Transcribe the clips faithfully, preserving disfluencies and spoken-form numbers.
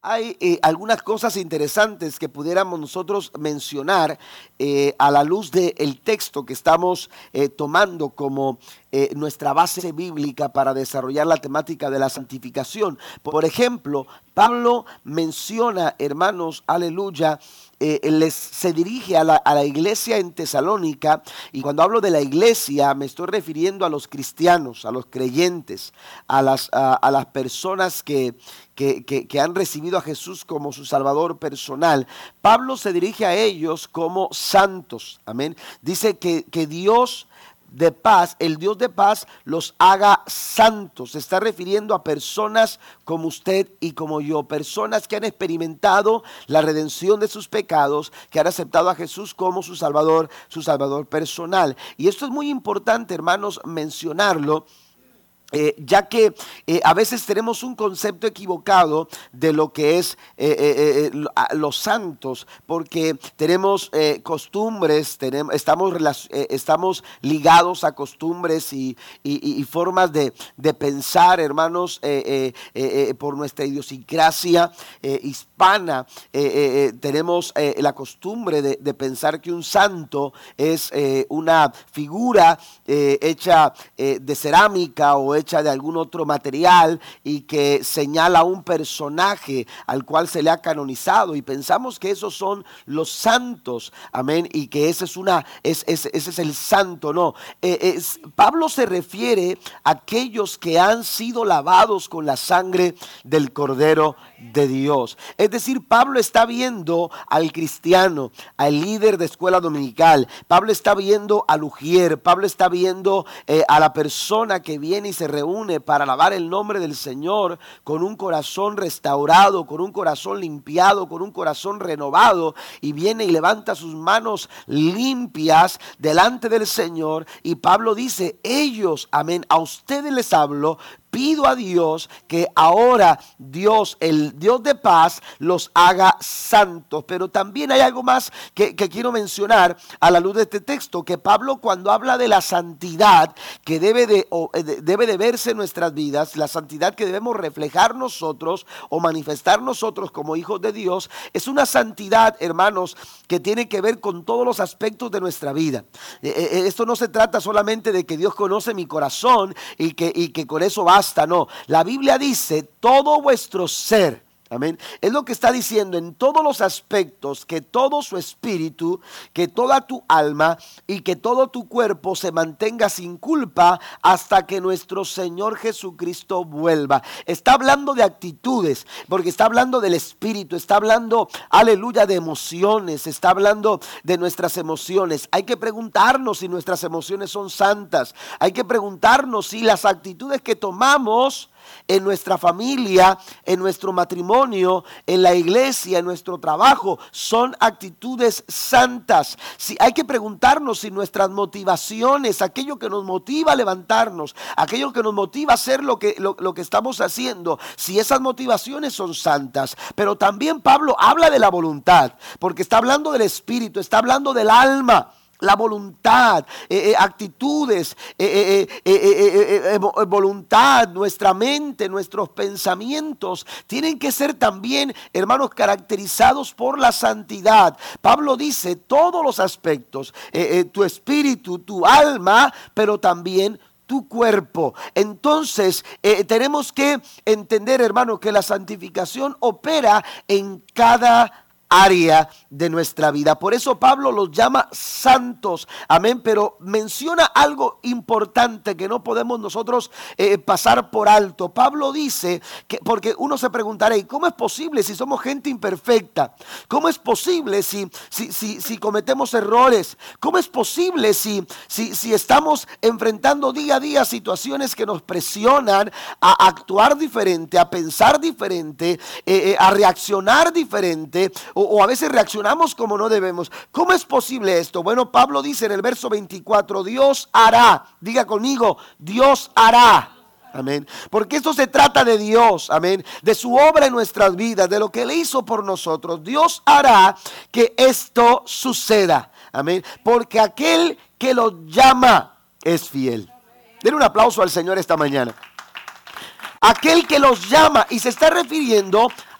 Hay eh, algunas cosas interesantes que pudiéramos nosotros mencionar eh, a la luz del texto que estamos eh, tomando como eh, nuestra base bíblica para desarrollar la temática de la santificación. Por ejemplo, Pablo menciona, hermanos, aleluya, eh, les, se dirige a la, a la iglesia en Tesalónica, y cuando hablo de la iglesia me estoy refiriendo a los cristianos, a los creyentes, a las, a, a las personas que... Que, que, que han recibido a Jesús como su Salvador personal. Pablo se dirige a ellos como santos, amén. Dice que, que Dios de paz, el Dios de paz los haga santos. Se está refiriendo a personas como usted y como yo, personas que han experimentado la redención de sus pecados, que han aceptado a Jesús como su Salvador, su Salvador personal. Y esto es muy importante, hermanos, mencionarlo. Eh, ya que eh, a veces tenemos un concepto equivocado de lo que es eh, eh, eh, los santos, porque tenemos eh, costumbres, tenemos, estamos, eh, estamos ligados a costumbres y, y, y formas de, de pensar, hermanos, eh, eh, eh, por nuestra idiosincrasia eh, hispana. Eh, eh, tenemos eh, la costumbre de, de pensar que un santo es eh, una figura eh, hecha eh, de cerámica o hecha de algún otro material y que señala a un personaje al cual se le ha canonizado, y pensamos que esos son los santos, amén, y que ese es una es, es, ese es el santo. No, eh, es, Pablo se refiere a aquellos que han sido lavados con la sangre del Cordero de Dios. Es decir, Pablo está viendo al cristiano, al líder de escuela dominical. Pablo está viendo al ujier. Pablo está viendo eh, a la persona que viene y se reúne para alabar el nombre del Señor con un corazón restaurado, con un corazón limpiado, con un corazón renovado, y viene y levanta sus manos limpias delante del Señor. Y Pablo dice: ellos, amén, a ustedes les hablo. Pido a Dios que ahora Dios, el Dios de paz, los haga santos. Pero también hay algo más que, que quiero mencionar a la luz de este texto, que Pablo, cuando habla de la santidad que debe de, o, de, debe de verse en nuestras vidas, la santidad que debemos reflejar nosotros o manifestar nosotros como hijos de Dios, es una santidad, hermanos, que tiene que ver con todos los aspectos de nuestra vida. Eh, esto no se trata solamente de que Dios conoce mi corazón y que, y que con eso va. No, la Biblia dice todo vuestro ser, amén, es lo que está diciendo en todos los aspectos, que todo su espíritu, que toda tu alma y que todo tu cuerpo se mantenga sin culpa hasta que nuestro Señor Jesucristo vuelva. Está hablando de actitudes, porque está hablando del espíritu, está hablando, aleluya, de emociones, está hablando de nuestras emociones. Hay que preguntarnos si nuestras emociones son santas. Hay que preguntarnos si las actitudes que tomamos en nuestra familia, en nuestro matrimonio, en la iglesia, en nuestro trabajo, son actitudes santas. Si, hay que preguntarnos si nuestras motivaciones, aquello que nos motiva a levantarnos, aquello que nos motiva a hacer lo que, lo, lo que estamos haciendo, si esas motivaciones son santas. Pero también Pablo habla de la voluntad, porque está hablando del espíritu, está hablando del alma. La voluntad, eh, eh, actitudes, eh, eh, eh, eh, eh, eh, voluntad, nuestra mente, nuestros pensamientos tienen que ser también, hermanos, caracterizados por la santidad. Pablo dice todos los aspectos, eh, eh, tu espíritu, tu alma, pero también tu cuerpo. Entonces eh, tenemos que entender, hermano, que la santificación opera en cada área de nuestra vida. Por eso Pablo los llama santos, amén, pero menciona algo importante que no podemos nosotros eh, pasar por alto. Pablo dice que, porque uno se preguntará, ¿y cómo es posible si somos gente imperfecta? ¿Cómo es posible si, si, si, si cometemos errores? ¿Cómo es posible si, si, si estamos enfrentando día a día situaciones que nos presionan a actuar diferente, a pensar diferente, eh, eh, a reaccionar diferente? O, o a veces reaccionamos como no debemos. ¿Cómo es posible esto? Bueno, Pablo dice en el verso veinticuatro, Dios hará, diga conmigo, Dios hará. Amén. Porque esto se trata de Dios, amén, de su obra en nuestras vidas, de lo que Él hizo por nosotros. Dios hará que esto suceda, amén, porque aquel que lo llama es fiel. Denle un aplauso al Señor esta mañana. Aquel que los llama, y se está refiriendo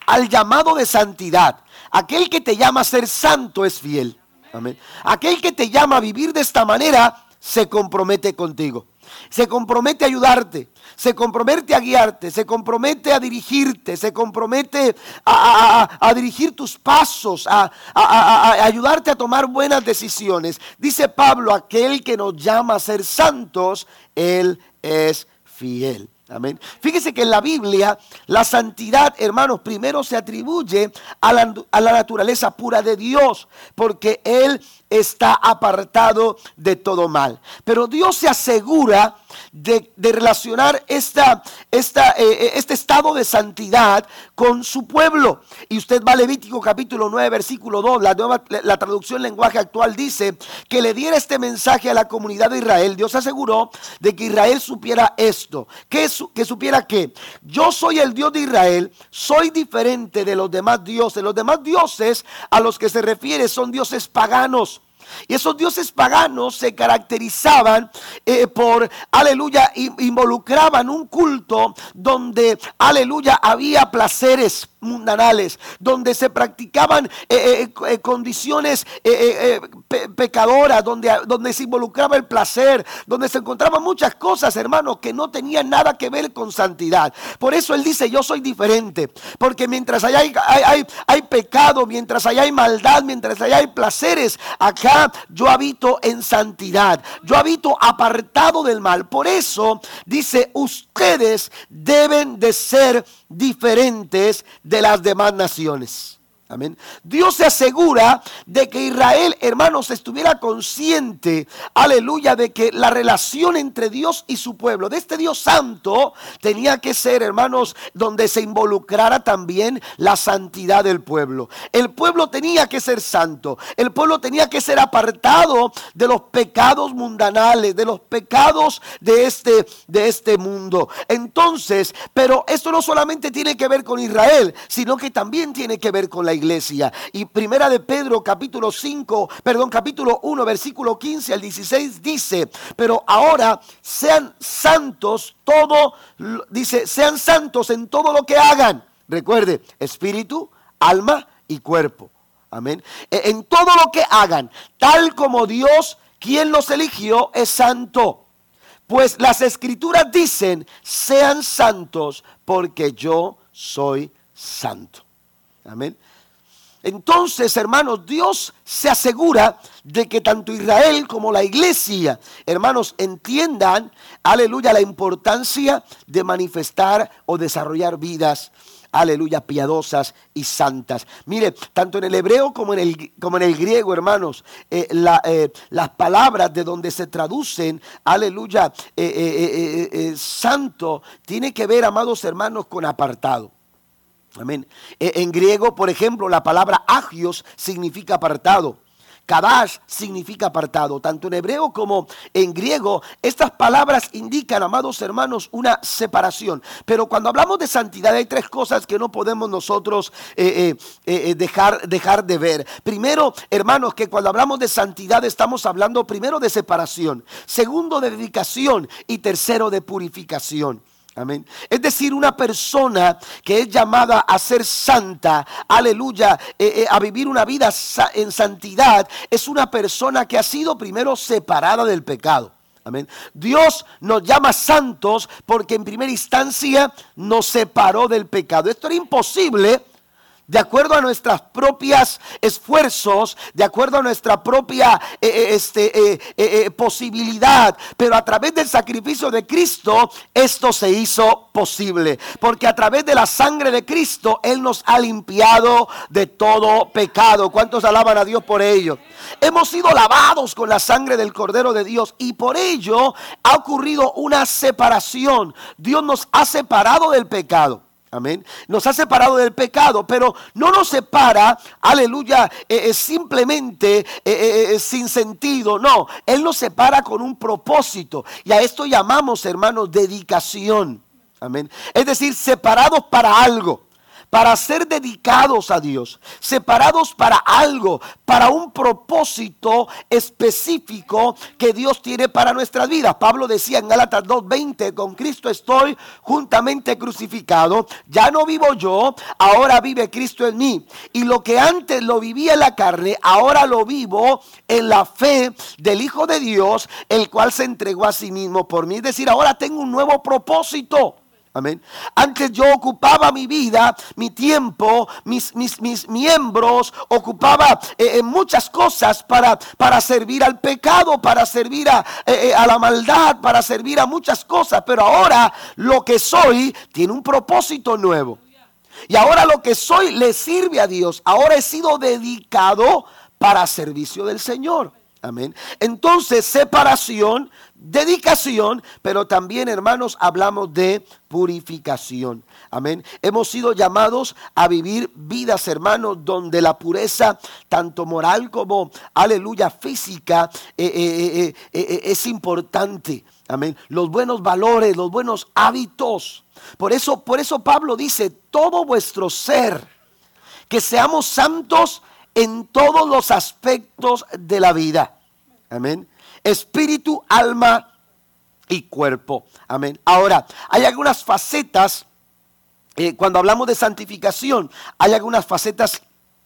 al llamado de santidad. Aquel que te llama a ser santo es fiel. Amén. Aquel que te llama a vivir de esta manera se compromete contigo. Se compromete a ayudarte, se compromete a guiarte, se compromete a dirigirte, se compromete a, a, a, a dirigir tus pasos, a, a, a, a ayudarte a tomar buenas decisiones. Dice Pablo, aquel que nos llama a ser santos, Él es fiel. Amén. Fíjese que en la Biblia la santidad, hermanos, primero se atribuye a la, a la naturaleza pura de Dios, porque Él está apartado de todo mal. Pero Dios se asegura de, de relacionar esta, esta, eh, este estado de santidad con su pueblo. Y usted va a Levítico capítulo nueve, versículo dos, la, nueva, la traducción lenguaje actual dice que le diera este mensaje a la comunidad de Israel. Dios aseguró de que Israel supiera esto, que, su, que supiera que yo soy el Dios de Israel, soy diferente de los demás dioses. Los demás dioses a los que se refiere son dioses paganos. Y esos dioses paganos se caracterizaban eh, por, aleluya, involucraban un culto donde, aleluya, había placeres mundanales, donde se practicaban eh, eh, condiciones eh, eh, pe pecadoras, donde, donde se involucraba el placer, donde se encontraban muchas cosas, hermanos, que no tenían nada que ver con santidad. Por eso él dice, yo soy diferente, porque mientras allá hay, hay, hay, hay pecado, mientras allá hay maldad, mientras allá hay placeres, acá yo habito en santidad, yo habito apartado del mal. Por eso dice, ustedes deben de ser diferentes de las demás naciones. Amén. Dios se asegura de que Israel, hermanos, estuviera consciente, aleluya, de que la relación entre Dios y su pueblo, de este Dios santo, tenía que ser, hermanos, donde se involucrara también la santidad del pueblo. El pueblo tenía que ser santo, el pueblo tenía que ser apartado de los pecados mundanales, de los pecados de este, de este mundo. Entonces, pero esto no solamente tiene que ver con Israel, sino que también tiene que ver con la iglesia. Y primera de Pedro capítulo cinco, perdón, capítulo uno, versículo quince al dieciséis dice, pero ahora sean santos todo, dice, sean santos en todo lo que hagan. Recuerde, espíritu, alma y cuerpo. Amén. En todo lo que hagan, tal como Dios, quien los eligió, es santo. Pues las escrituras dicen, sean santos porque yo soy santo. Amén. Entonces, hermanos, Dios se asegura de que tanto Israel como la iglesia, hermanos, entiendan, aleluya, la importancia de manifestar o desarrollar vidas, aleluya, piadosas y santas. Mire, tanto en el hebreo como en el, como en el griego, hermanos, eh, la, eh, las palabras de donde se traducen, aleluya, eh, eh, eh, eh, santo, tiene que ver, amados hermanos, con apartado. Amén. En griego, por ejemplo, la palabra agios significa apartado. Kadash significa apartado. Tanto en hebreo como en griego, estas palabras indican, amados hermanos, una separación. Pero cuando hablamos de santidad, hay tres cosas que no podemos nosotros eh, eh, eh, dejar, dejar de ver. Primero, hermanos, que cuando hablamos de santidad estamos hablando primero de separación. Segundo, de dedicación. Y tercero, de purificación. Amén. Es decir, una persona que es llamada a ser santa, aleluya, eh, eh, a vivir una vida sa en santidad, es una persona que ha sido primero separada del pecado. Amén. Dios nos llama santos porque en primera instancia nos separó del pecado. Esto era imposible de acuerdo a nuestras propias esfuerzos, de acuerdo a nuestra propia eh, este, eh, eh, posibilidad, pero a través del sacrificio de Cristo esto se hizo posible, porque a través de la sangre de Cristo Él nos ha limpiado de todo pecado. ¿Cuántos alaban a Dios por ello? Hemos sido lavados con la sangre del Cordero de Dios y por ello ha ocurrido una separación. Dios nos ha separado del pecado. Amén. Nos ha separado del pecado, pero no nos separa, aleluya, eh, eh, simplemente eh, eh, sin sentido. No, Él nos separa con un propósito. Y a esto llamamos, hermanos, dedicación. Amén. Es decir, separados para algo. para ser dedicados a Dios, separados para algo, para un propósito específico que Dios tiene para nuestras vidas. Pablo decía en Gálatas dos veinte, con Cristo estoy juntamente crucificado, ya no vivo yo, ahora vive Cristo en mí. Y lo que antes lo vivía en la carne, ahora lo vivo en la fe del Hijo de Dios, el cual se entregó a sí mismo por mí. Es decir, ahora tengo un nuevo propósito. Amén. Antes yo ocupaba mi vida, mi tiempo, mis, mis, mis miembros, ocupaba eh, muchas cosas para, para servir al pecado, para servir a, eh, a la maldad, para servir a muchas cosas. Pero ahora lo que soy tiene un propósito nuevo. Y ahora lo que soy le sirve a Dios. Ahora he sido dedicado para servicio del Señor. Amén. Entonces, separación, dedicación, pero también, hermanos, hablamos de purificación. Amén. Hemos sido llamados a vivir vidas, hermanos, donde la pureza, tanto moral como, aleluya, física, eh, eh, eh, eh, es importante. Amén. Los buenos valores, los buenos hábitos. Por eso, por eso Pablo dice, todo vuestro ser, que seamos santos en todos los aspectos de la vida. Amén. Espíritu, alma y cuerpo. Amén. Ahora, hay algunas facetas, eh, cuando hablamos de santificación, hay algunas facetas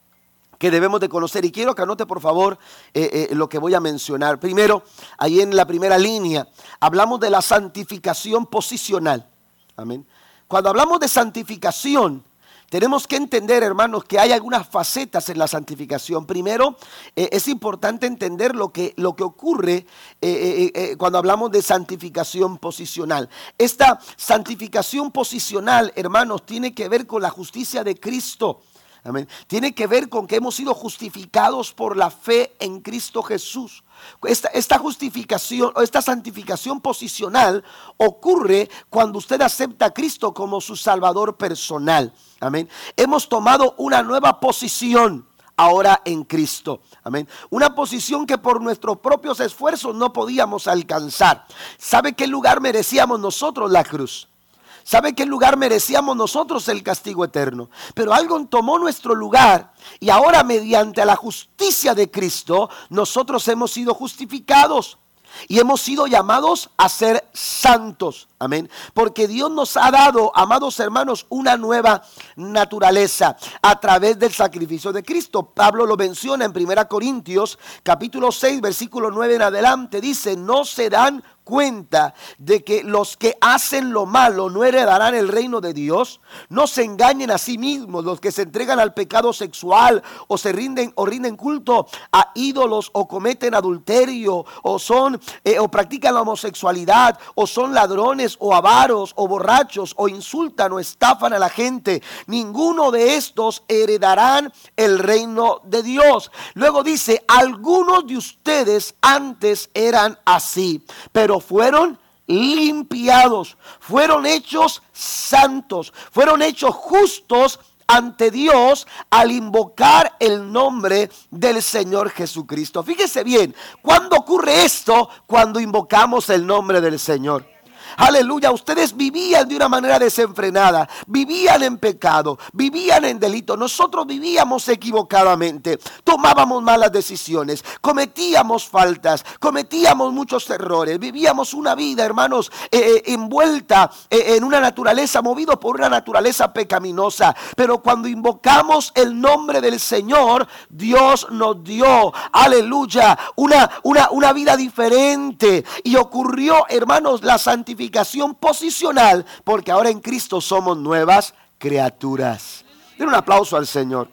que debemos de conocer. Y quiero que anote, por favor, eh, eh, lo que voy a mencionar. Primero, ahí en la primera línea, hablamos de la santificación posicional. Amén. Cuando hablamos de santificación, tenemos que entender, hermanos, que hay algunas facetas en la santificación. Primero, eh, es importante entender lo que, lo que ocurre eh, eh, eh, cuando hablamos de santificación posicional. Esta santificación posicional, hermanos, tiene que ver con la justicia de Cristo. Amén. Tiene que ver con que hemos sido justificados por la fe en Cristo Jesús. Esta, esta justificación o esta santificación posicional ocurre cuando usted acepta a Cristo como su Salvador personal. Amén. Hemos tomado una nueva posición ahora en Cristo. Amén. Una posición que por nuestros propios esfuerzos no podíamos alcanzar. ¿Sabe qué lugar merecíamos nosotros? La cruz. ¿Sabe qué lugar merecíamos nosotros? El castigo eterno. Pero algo tomó nuestro lugar y ahora mediante la justicia de Cristo nosotros hemos sido justificados y hemos sido llamados a ser santos. Amén. Porque Dios nos ha dado, amados hermanos, una nueva naturaleza a través del sacrificio de Cristo. Pablo lo menciona en primera Corintios capítulo seis versículo nueve en adelante. Dice, no se dan cuenta de que los que hacen lo malo no heredarán el reino de Dios. No se engañen a sí mismos. Los que se entregan al pecado sexual o se rinden o rinden culto a ídolos o cometen adulterio o son eh, o practican la homosexualidad o son ladrones o avaros o borrachos o insultan o estafan a la gente, ninguno de estos heredarán el reino de Dios. Luego dice, algunos de ustedes antes eran así, pero fueron limpiados, fueron hechos santos, fueron hechos justos ante Dios al invocar el nombre del Señor Jesucristo. Fíjese bien, ¿cuándo ocurre esto? Cuando invocamos el nombre del Señor. Aleluya, ustedes vivían de una manera desenfrenada, vivían en pecado, vivían en delito. Nosotros vivíamos equivocadamente, tomábamos malas decisiones, cometíamos faltas, cometíamos muchos errores, vivíamos una vida, hermanos, eh, envuelta eh, en una naturaleza, movido por una naturaleza pecaminosa. Pero cuando invocamos el nombre del Señor, Dios nos dio, aleluya, una, una, una vida diferente. Y ocurrió, hermanos, la santificación posicional, porque ahora en Cristo somos nuevas criaturas. Den un aplauso al Señor.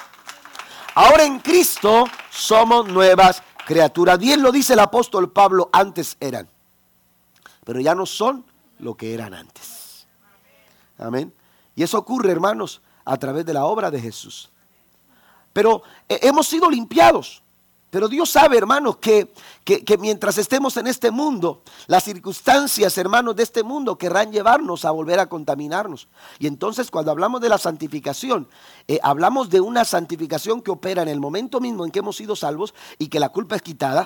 Ahora en Cristo somos nuevas criaturas. Bien lo dice el apóstol Pablo, antes eran, pero ya no son lo que eran antes. Amén. Y eso ocurre, hermanos, a través de la obra de Jesús. Pero eh, hemos sido limpiados. Pero Dios sabe, hermanos, que, que, que mientras estemos en este mundo, las circunstancias, hermanos, de este mundo querrán llevarnos a volver a contaminarnos. Y entonces cuando hablamos de la santificación, eh, hablamos de una santificación que opera en el momento mismo en que hemos sido salvos y que la culpa es quitada.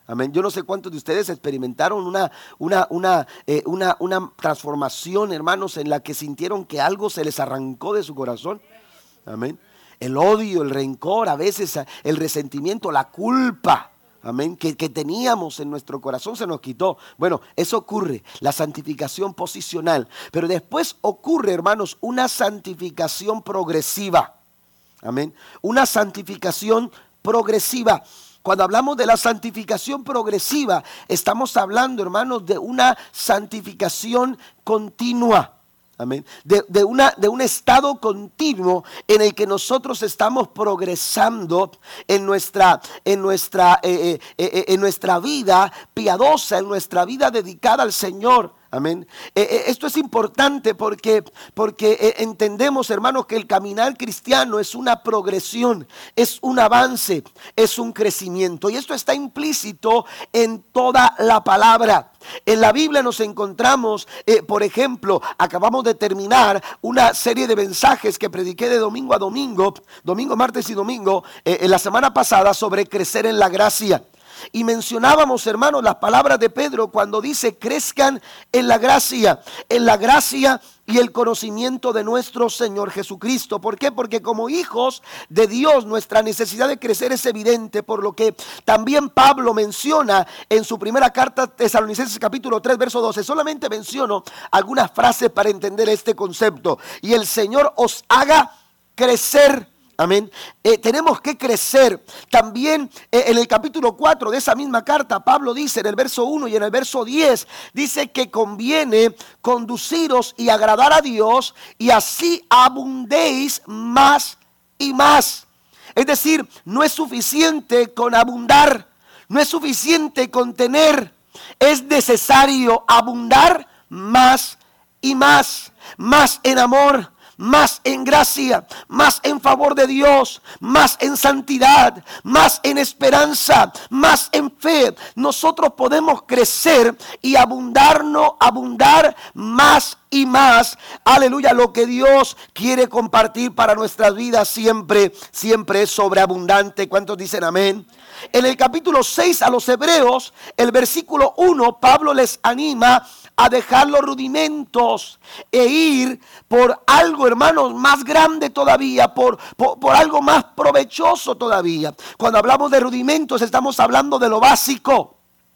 Amén. Yo no sé cuántos de ustedes experimentaron una, una, una, eh, una, una transformación, hermanos, en la que sintieron que algo se les arrancó de su corazón. Amén. El odio, el rencor, a veces el resentimiento, la culpa. Amén, que, que teníamos en nuestro corazón se nos quitó. Bueno, eso ocurre, la santificación posicional. Pero después ocurre, hermanos, una santificación progresiva. Amén, una santificación progresiva. Cuando hablamos de la santificación progresiva, estamos hablando, hermanos, de una santificación continua. Amén. De, de, una, de un estado continuo en el que nosotros estamos progresando en nuestra, en nuestra, eh, eh, eh, en nuestra vida piadosa, en nuestra vida dedicada al Señor. Amén. Eh, eh, esto es importante porque, porque eh, entendemos, hermanos, que el caminar cristiano es una progresión, es un avance, es un crecimiento. Y esto está implícito en toda la palabra. En la Biblia nos encontramos, eh, por ejemplo, acabamos de terminar una serie de mensajes que prediqué de domingo a domingo, domingo, martes y domingo, eh, en la semana pasada sobre crecer en la gracia. Y mencionábamos, hermanos, las palabras de Pedro cuando dice crezcan en la gracia, en la gracia y el conocimiento de nuestro Señor Jesucristo. ¿Por qué? Porque como hijos de Dios nuestra necesidad de crecer es evidente, por lo que también Pablo menciona en su primera carta a Tesalonicenses capítulo tres verso doce. Solamente menciono algunas frases para entender este concepto. Y el Señor os haga crecer. Amén. Eh, tenemos que crecer. También eh, en el capítulo cuatro de esa misma carta, Pablo dice en el verso uno y en el verso diez, dice que conviene conduciros y agradar a Dios y así abundéis más y más. Es decir, no es suficiente con abundar, no es suficiente con tener, es necesario abundar más y más, más en amor, más en gracia, más en favor de Dios, más en santidad, más en esperanza, más en fe. Nosotros podemos crecer y abundarnos, abundar más y más. Aleluya, lo que Dios quiere compartir para nuestras vidas siempre, siempre es sobreabundante. ¿Cuántos dicen amén? En el capítulo seis a los Hebreos, el versículo uno, Pablo les anima a dejar los rudimentos e ir por algo, hermanos, más grande todavía, por, por, por algo más provechoso todavía. Cuando hablamos de rudimentos estamos hablando de lo básico.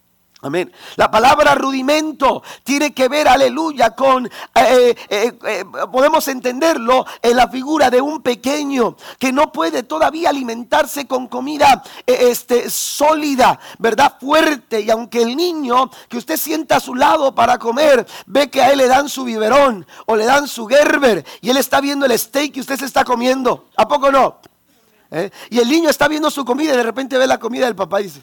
Amén. La palabra rudimento tiene que ver, aleluya, con, eh, eh, eh, podemos entenderlo en la figura de un pequeño que no puede todavía alimentarse con comida eh, este, sólida, ¿verdad? Fuerte. Y aunque el niño que usted sienta a su lado para comer, ve que a él le dan su biberón o le dan su Gerber y él está viendo el steak que usted se está comiendo. ¿A poco no? ¿Eh? Y el niño está viendo su comida y de repente ve la comida del papá y dice: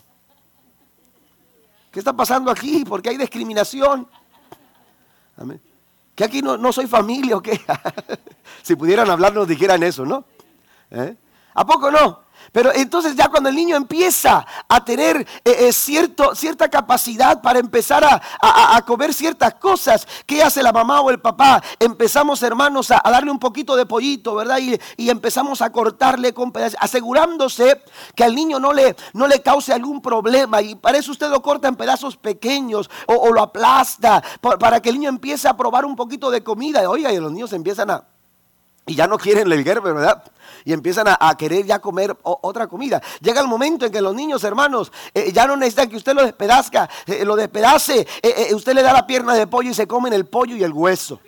¿qué está pasando aquí? ¿Por qué hay discriminación? Amén. ¿Que aquí no, no soy familia o qué? Si pudieran hablar nos dijeran eso, ¿no? ¿Eh? ¿A poco no? Pero entonces ya cuando el niño empieza a tener eh, eh, cierto, cierta capacidad para empezar a, a, a comer ciertas cosas, ¿qué hace la mamá o el papá? Empezamos, hermanos, a, a darle un poquito de pollito, ¿verdad? Y, y empezamos a cortarle con pedazos, asegurándose que al niño no le, no le cause algún problema. Y para eso usted lo corta en pedazos pequeños o, o lo aplasta, por, para que el niño empiece a probar un poquito de comida. Oiga, y los niños empiezan a... y ya no quieren el Gerber, ¿verdad? Y empiezan a, a querer ya comer o, otra comida. Llega el momento en que los niños, hermanos, eh, ya no necesitan que usted lo despedazca, eh, lo despedace. Eh, eh, usted le da la pierna de pollo y se comen el pollo y el hueso.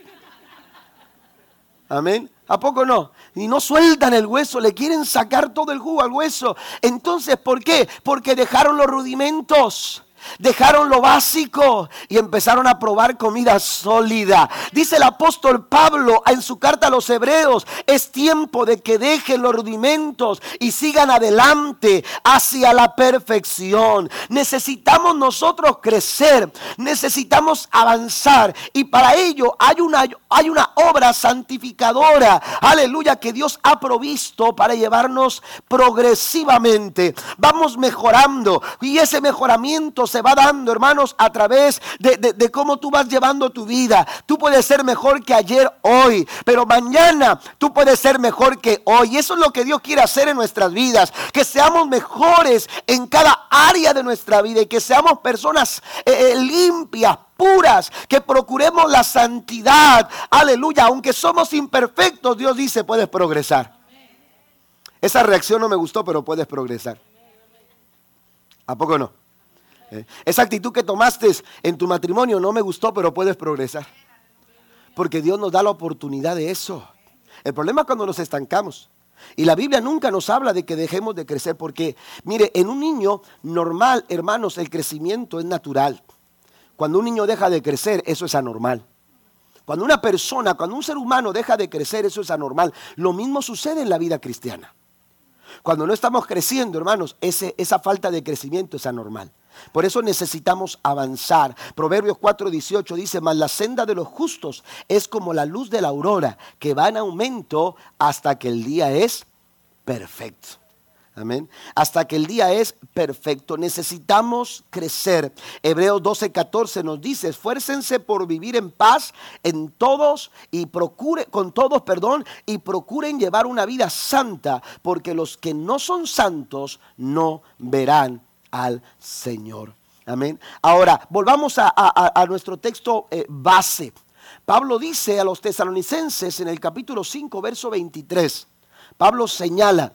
Amén. ¿A poco no? Y no sueltan el hueso, le quieren sacar todo el jugo al hueso. Entonces, ¿por qué? Porque dejaron los rudimentos. Dejaron lo básico y empezaron a probar comida sólida. Dice el apóstol Pablo en su carta a los Hebreos: es tiempo de que dejen los rudimentos y sigan adelante hacia la perfección. Necesitamos nosotros crecer, necesitamos avanzar, y para ello hay una, hay una obra santificadora, aleluya, que Dios ha provisto para llevarnos progresivamente. Vamos mejorando y ese mejoramiento se va dando, hermanos, a través de, de, de cómo tú vas llevando tu vida. Tú puedes ser mejor que ayer, hoy, pero mañana tú puedes ser mejor que hoy. Y eso es lo que Dios quiere hacer en nuestras vidas, que seamos mejores en cada área de nuestra vida y que seamos personas eh, limpias, puras, que procuremos la santidad. Aleluya, aunque somos imperfectos, Dios dice, puedes progresar. Esa reacción no me gustó, pero puedes progresar. ¿A poco no? ¿Eh? Esa actitud que tomaste en tu matrimonio no me gustó, pero puedes progresar. Porque Dios nos da la oportunidad de eso. El problema es cuando nos estancamos. Y la Biblia nunca nos habla de que dejemos de crecer, porque, mire, en un niño normal, hermanos, el crecimiento es natural. Cuando un niño deja de crecer, eso es anormal. Cuando una persona, cuando un ser humano deja de crecer, eso es anormal. Lo mismo sucede en la vida cristiana. Cuando no estamos creciendo, hermanos, ese, esa falta de crecimiento es anormal. Por eso necesitamos avanzar. Proverbios cuatro dieciocho dice, mas la senda de los justos es como la luz de la aurora, que va en aumento hasta que el día es perfecto. Amén. Hasta que el día es perfecto. Necesitamos crecer. Hebreos doce catorce nos dice, esfuércense por vivir en paz en todos y procure, con todos, perdón, y procuren llevar una vida santa, porque los que no son santos no verán al Señor. Amén. Ahora, volvamos a, a, a nuestro texto eh, base. Pablo dice a los tesalonicenses en el capítulo cinco, verso veintitrés, Pablo señala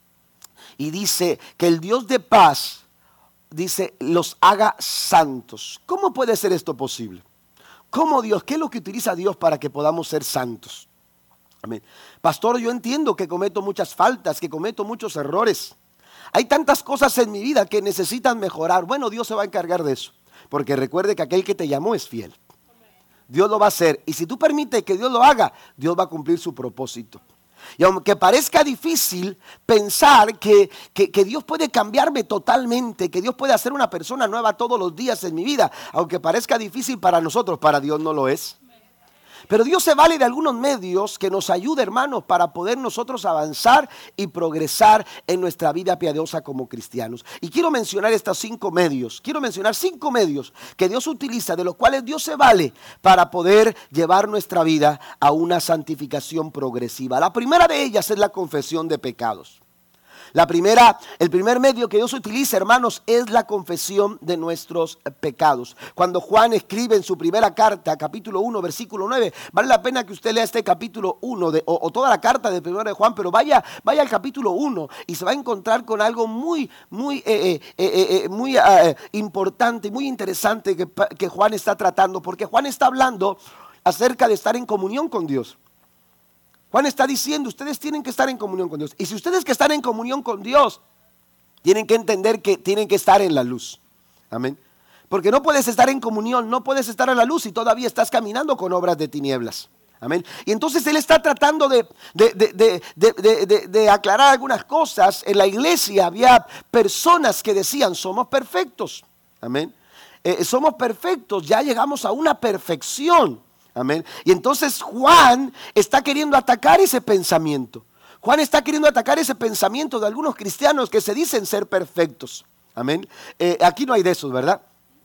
y dice que el Dios de paz, dice, los haga santos. ¿Cómo puede ser esto posible? ¿Cómo Dios? ¿Qué es lo que utiliza Dios para que podamos ser santos? Amén. Pastor, yo entiendo que cometo muchas faltas, que cometo muchos errores. Hay tantas cosas en mi vida que necesitan mejorar. Bueno, Dios se va a encargar de eso. Porque recuerde que aquel que te llamó es fiel. Dios lo va a hacer. Y si tú permites que Dios lo haga, Dios va a cumplir su propósito. Y aunque parezca difícil pensar que, que, que Dios puede cambiarme totalmente, que Dios puede hacer una persona nueva todos los días en mi vida, aunque parezca difícil para nosotros, para Dios no lo es. Pero Dios se vale de algunos medios que nos ayuden, hermanos, para poder nosotros avanzar y progresar en nuestra vida piadosa como cristianos. Y quiero mencionar estos cinco medios, quiero mencionar cinco medios que Dios utiliza, de los cuales Dios se vale para poder llevar nuestra vida a una santificación progresiva. La primera de ellas es la confesión de pecados. La primera, el primer medio que Dios utiliza, hermanos, es la confesión de nuestros pecados. Cuando Juan escribe en su primera carta, capítulo uno, versículo nueve, vale la pena que usted lea este capítulo uno de, o, o toda la carta de primera de Juan, pero vaya, vaya al capítulo uno y se va a encontrar con algo muy, muy, eh, eh, eh, eh, muy eh, importante, muy interesante que, que Juan está tratando, porque Juan está hablando acerca de estar en comunión con Dios. Juan está diciendo, ustedes tienen que estar en comunión con Dios. Y si ustedes que están en comunión con Dios, tienen que entender que tienen que estar en la luz. Amén. Porque no puedes estar en comunión, no puedes estar en la luz y todavía estás caminando con obras de tinieblas. Amén. Y entonces él está tratando de, de, de, de, de, de, de, de aclarar algunas cosas. En la iglesia había personas que decían, somos perfectos. Amén. Eh, somos perfectos, ya llegamos a una perfección. Amén. Y entonces Juan está queriendo atacar ese pensamiento. Juan está queriendo atacar ese pensamiento de algunos cristianos que se dicen ser perfectos. Amén. Eh, aquí no hay de esos, ¿verdad?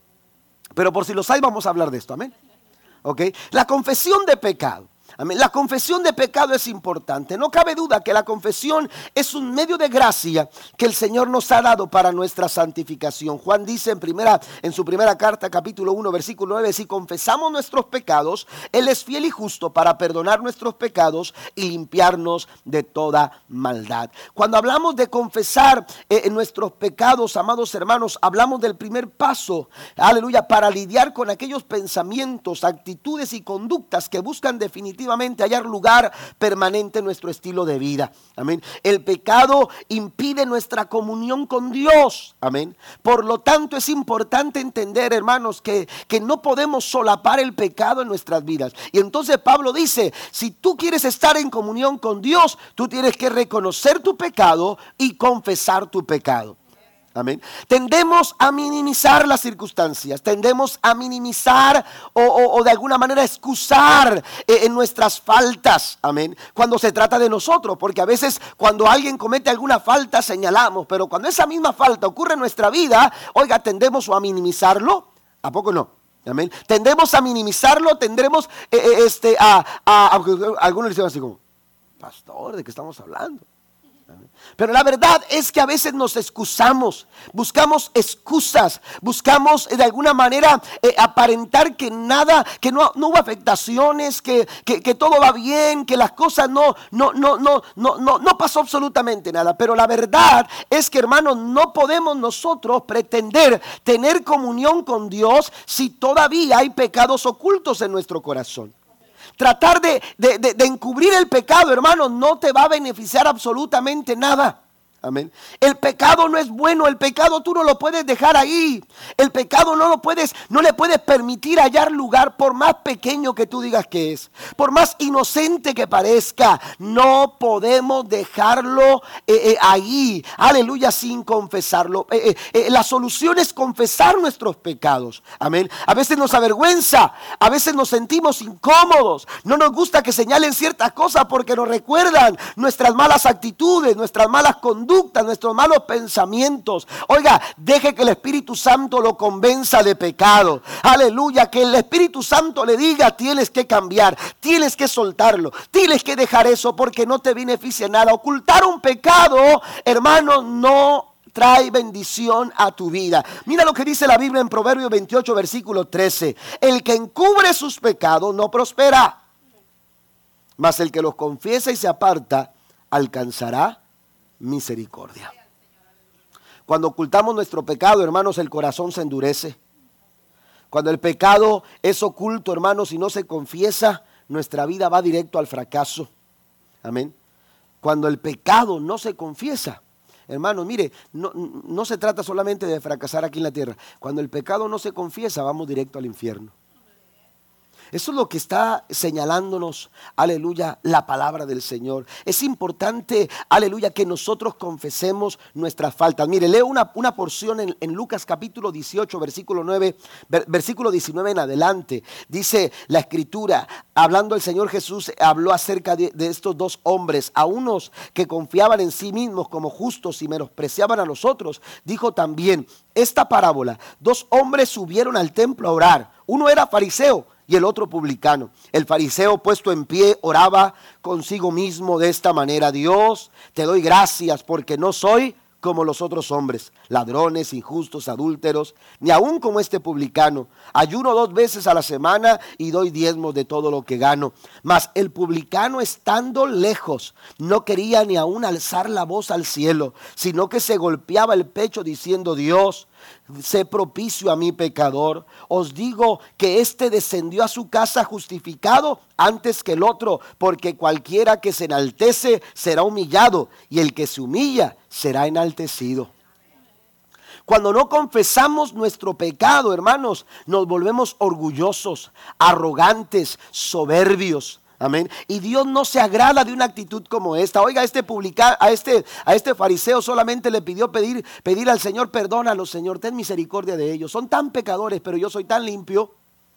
Pero por si los hay, vamos a hablar de esto. Amén. Ok. La confesión de pecado. Amén. La confesión de pecado es importante. No cabe duda que la confesión es un medio de gracia que el Señor nos ha dado para nuestra santificación. Juan dice en, primera, en su primera carta, capítulo uno, versículo nueve, si confesamos nuestros pecados, Él es fiel y justo para perdonar nuestros pecados y limpiarnos de toda maldad. Cuando hablamos de confesar eh, nuestros pecados, amados hermanos, hablamos del primer paso, aleluya, para lidiar con aquellos pensamientos, actitudes y conductas que buscan definitivamente hallar lugar permanente en nuestro estilo de vida. Amén. El pecado impide nuestra comunión con Dios. Amén. Por lo tanto, es importante entender, hermanos, que, que no podemos solapar el pecado en nuestras vidas. Y entonces Pablo dice, si tú quieres estar en comunión con Dios, tú tienes que reconocer tu pecado y confesar tu pecado. Amén. Tendemos a minimizar las circunstancias, tendemos a minimizar o, o, o de alguna manera excusar eh, en nuestras faltas, amén, cuando se trata de nosotros, porque a veces cuando alguien comete alguna falta señalamos, pero cuando esa misma falta ocurre en nuestra vida, oiga, tendemos a minimizarlo, ¿a poco no? Amén. Tendemos a minimizarlo, tendremos eh, eh, este, a, a, a, algunos dicen así como, pastor, ¿de qué estamos hablando? Pero la verdad es que a veces nos excusamos, buscamos excusas, buscamos de alguna manera eh, aparentar que nada, que no, no hubo afectaciones, que, que, que todo va bien, que las cosas no, no, no, no, no, no, no pasó absolutamente nada. Pero la verdad es que, hermanos, no podemos nosotros pretender tener comunión con Dios si todavía hay pecados ocultos en nuestro corazón. Tratar de, de, de, de encubrir el pecado, hermano, no te va a beneficiar absolutamente nada. Amén. El pecado no es bueno, el pecado tú no lo puedes dejar ahí. El pecado no lo puedes, no le puedes permitir hallar lugar, por más pequeño que tú digas que es, por más inocente que parezca. No podemos dejarlo eh, eh, ahí, aleluya, sin confesarlo. Eh, eh, eh, la solución es confesar nuestros pecados. Amén. A veces nos avergüenza, a veces nos sentimos incómodos, no nos gusta que señalen ciertas cosas porque nos recuerdan nuestras malas actitudes, nuestras malas conductas, nuestros malos pensamientos. Oiga, deje que el Espíritu Santo lo convenza de pecado. Aleluya, que el Espíritu Santo le diga: tienes que cambiar, tienes que soltarlo, tienes que dejar eso porque no te beneficia nada. Ocultar un pecado, hermano, no trae bendición a tu vida. Mira lo que dice la Biblia en Proverbios veintiocho, versículo trece. El que encubre sus pecados no prospera, mas el que los confiesa y se aparta alcanzará misericordia. Cuando ocultamos nuestro pecado, hermanos, el corazón se endurece. Cuando el pecado es oculto, hermanos, y no se confiesa, nuestra vida va directo al fracaso. Amén. Cuando el pecado no se confiesa, hermanos, mire, no, no se trata solamente de fracasar aquí en la tierra. Cuando el pecado no se confiesa, vamos directo al infierno. Eso es lo que está señalándonos, aleluya, la palabra del Señor. Es importante, aleluya, que nosotros confesemos nuestras faltas. Mire, leo una, una porción en, en Lucas capítulo dieciocho, versículo nueve, versículo diecinueve en adelante. Dice la Escritura, hablando el Señor Jesús, habló acerca de, de estos dos hombres. A unos que confiaban en sí mismos como justos y menospreciaban a los otros, dijo también esta parábola: dos hombres subieron al templo a orar. Uno era fariseo y el otro publicano. El fariseo, puesto en pie, oraba consigo mismo de esta manera: Dios, te doy gracias porque no soy como los otros hombres, ladrones, injustos, adúlteros, ni aun como este publicano. Ayuno dos veces a la semana y doy diezmos de todo lo que gano. Mas el publicano, estando lejos, no quería ni aun alzar la voz al cielo, sino que se golpeaba el pecho diciendo: Dios, sé propicio a mi pecador. Os digo que éste descendió a su casa justificado antes que el otro, porque cualquiera que se enaltece será humillado, y el que se humilla será enaltecido. Cuando no confesamos nuestro pecado, hermanos, nos volvemos orgullosos, arrogantes, soberbios. Amén. Y Dios no se agrada de una actitud como esta. Oiga, este publica, a este a este fariseo solamente le pidió pedir, pedir al Señor: perdónalos, Señor, ten misericordia de ellos. Son tan pecadores, pero yo soy tan limpio.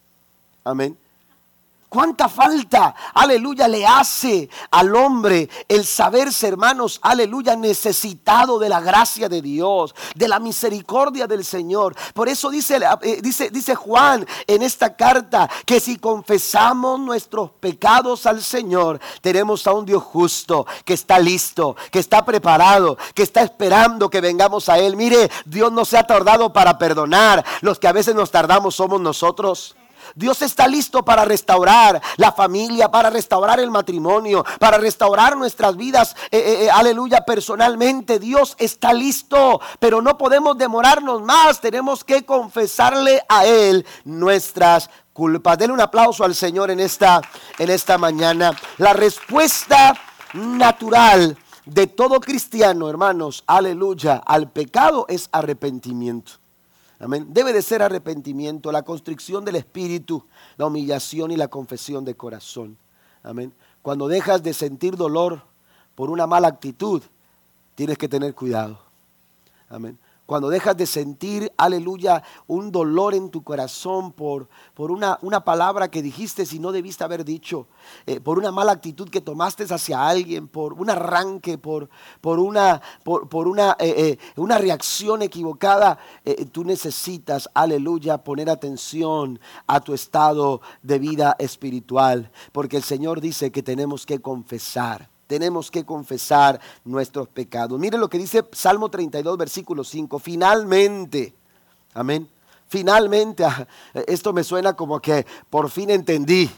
Amén. ¿Cuánta falta, aleluya, le hace al hombre el saberse, hermanos, aleluya, necesitado de la gracia de Dios, de la misericordia del Señor? Por eso dice, eh, dice, dice Juan en esta carta que si confesamos nuestros pecados al Señor, tenemos a un Dios justo que está listo, que está preparado, que está esperando que vengamos a Él. Mire, Dios no se ha tardado para perdonar. Los que a veces nos tardamos somos nosotros. Dios está listo para restaurar la familia, para restaurar el matrimonio, para restaurar nuestras vidas, eh, eh, aleluya, personalmente. Dios está listo, pero no podemos demorarnos más. Tenemos que confesarle a Él nuestras culpas. Denle un aplauso al Señor en esta, en esta mañana. La respuesta natural de todo cristiano, hermanos, aleluya, al pecado es arrepentimiento. Amén. Debe de ser arrepentimiento, la constricción del espíritu, la humillación y la confesión de corazón. Amén. Cuando dejas de sentir dolor por una mala actitud, tienes que tener cuidado. Amén. Cuando dejas de sentir, aleluya, un dolor en tu corazón por, por una, una palabra que dijiste si no debiste haber dicho, eh, por una mala actitud que tomaste hacia alguien, por un arranque, por, por, una, por, por una, eh, eh, una reacción equivocada, eh, tú necesitas, aleluya, poner atención a tu estado de vida espiritual, porque el Señor dice que tenemos que confesar. Tenemos que confesar nuestros pecados. Mire lo que dice Salmo treinta y dos, versículo cinco. Finalmente, amén. Finalmente, esto me suena como que por fin entendí.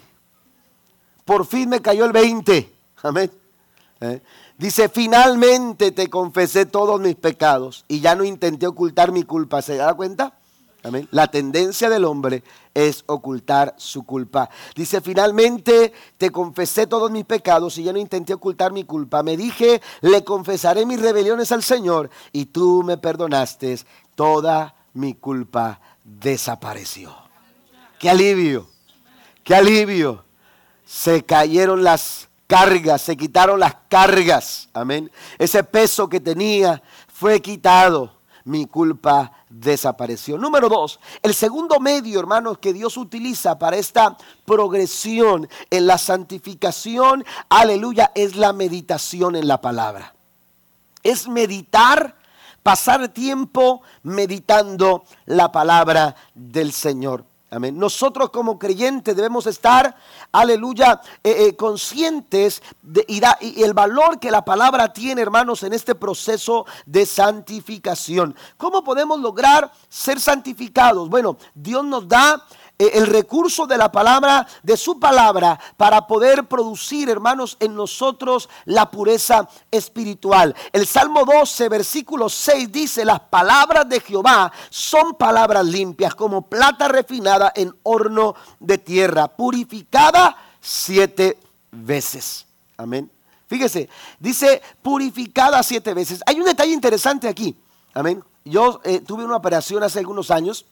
Por fin me cayó el veinte. Amén. ¿Eh? Dice, finalmente te confesé todos mis pecados y ya no intenté ocultar mi culpa. ¿Se da cuenta? Amén. La tendencia del hombre es ocultar su culpa. Dice, finalmente te confesé todos mis pecados y ya no intenté ocultar mi culpa. Me dije, le confesaré mis rebeliones al Señor y tú me perdonaste. Toda mi culpa desapareció. ¡Qué alivio! ¡Qué alivio! Se cayeron las cargas, se quitaron las cargas. Amén. Ese peso que tenía fue quitado. Mi culpa desapareció. Número dos, el segundo medio, hermanos, que Dios utiliza para esta progresión en la santificación, aleluya, es la meditación en la palabra. Es meditar, pasar tiempo meditando la palabra del Señor. Amén. Nosotros como creyentes debemos estar, aleluya, eh, eh, conscientes de, y, da, y el valor que la palabra tiene, hermanos, en este proceso de santificación. ¿Cómo podemos lograr ser santificados? Bueno, Dios nos da eh, el recurso de la palabra, de su palabra, para poder producir, hermanos, en nosotros la pureza espiritual. El Salmo doce, versículo seis dice, las palabras de Jehová son palabras limpias, como plata refinada en horno de tierra, purificada siete veces. Amén. Fíjese, dice purificada siete veces. Hay un detalle interesante aquí. Amén. Yo eh, tuve una operación hace algunos años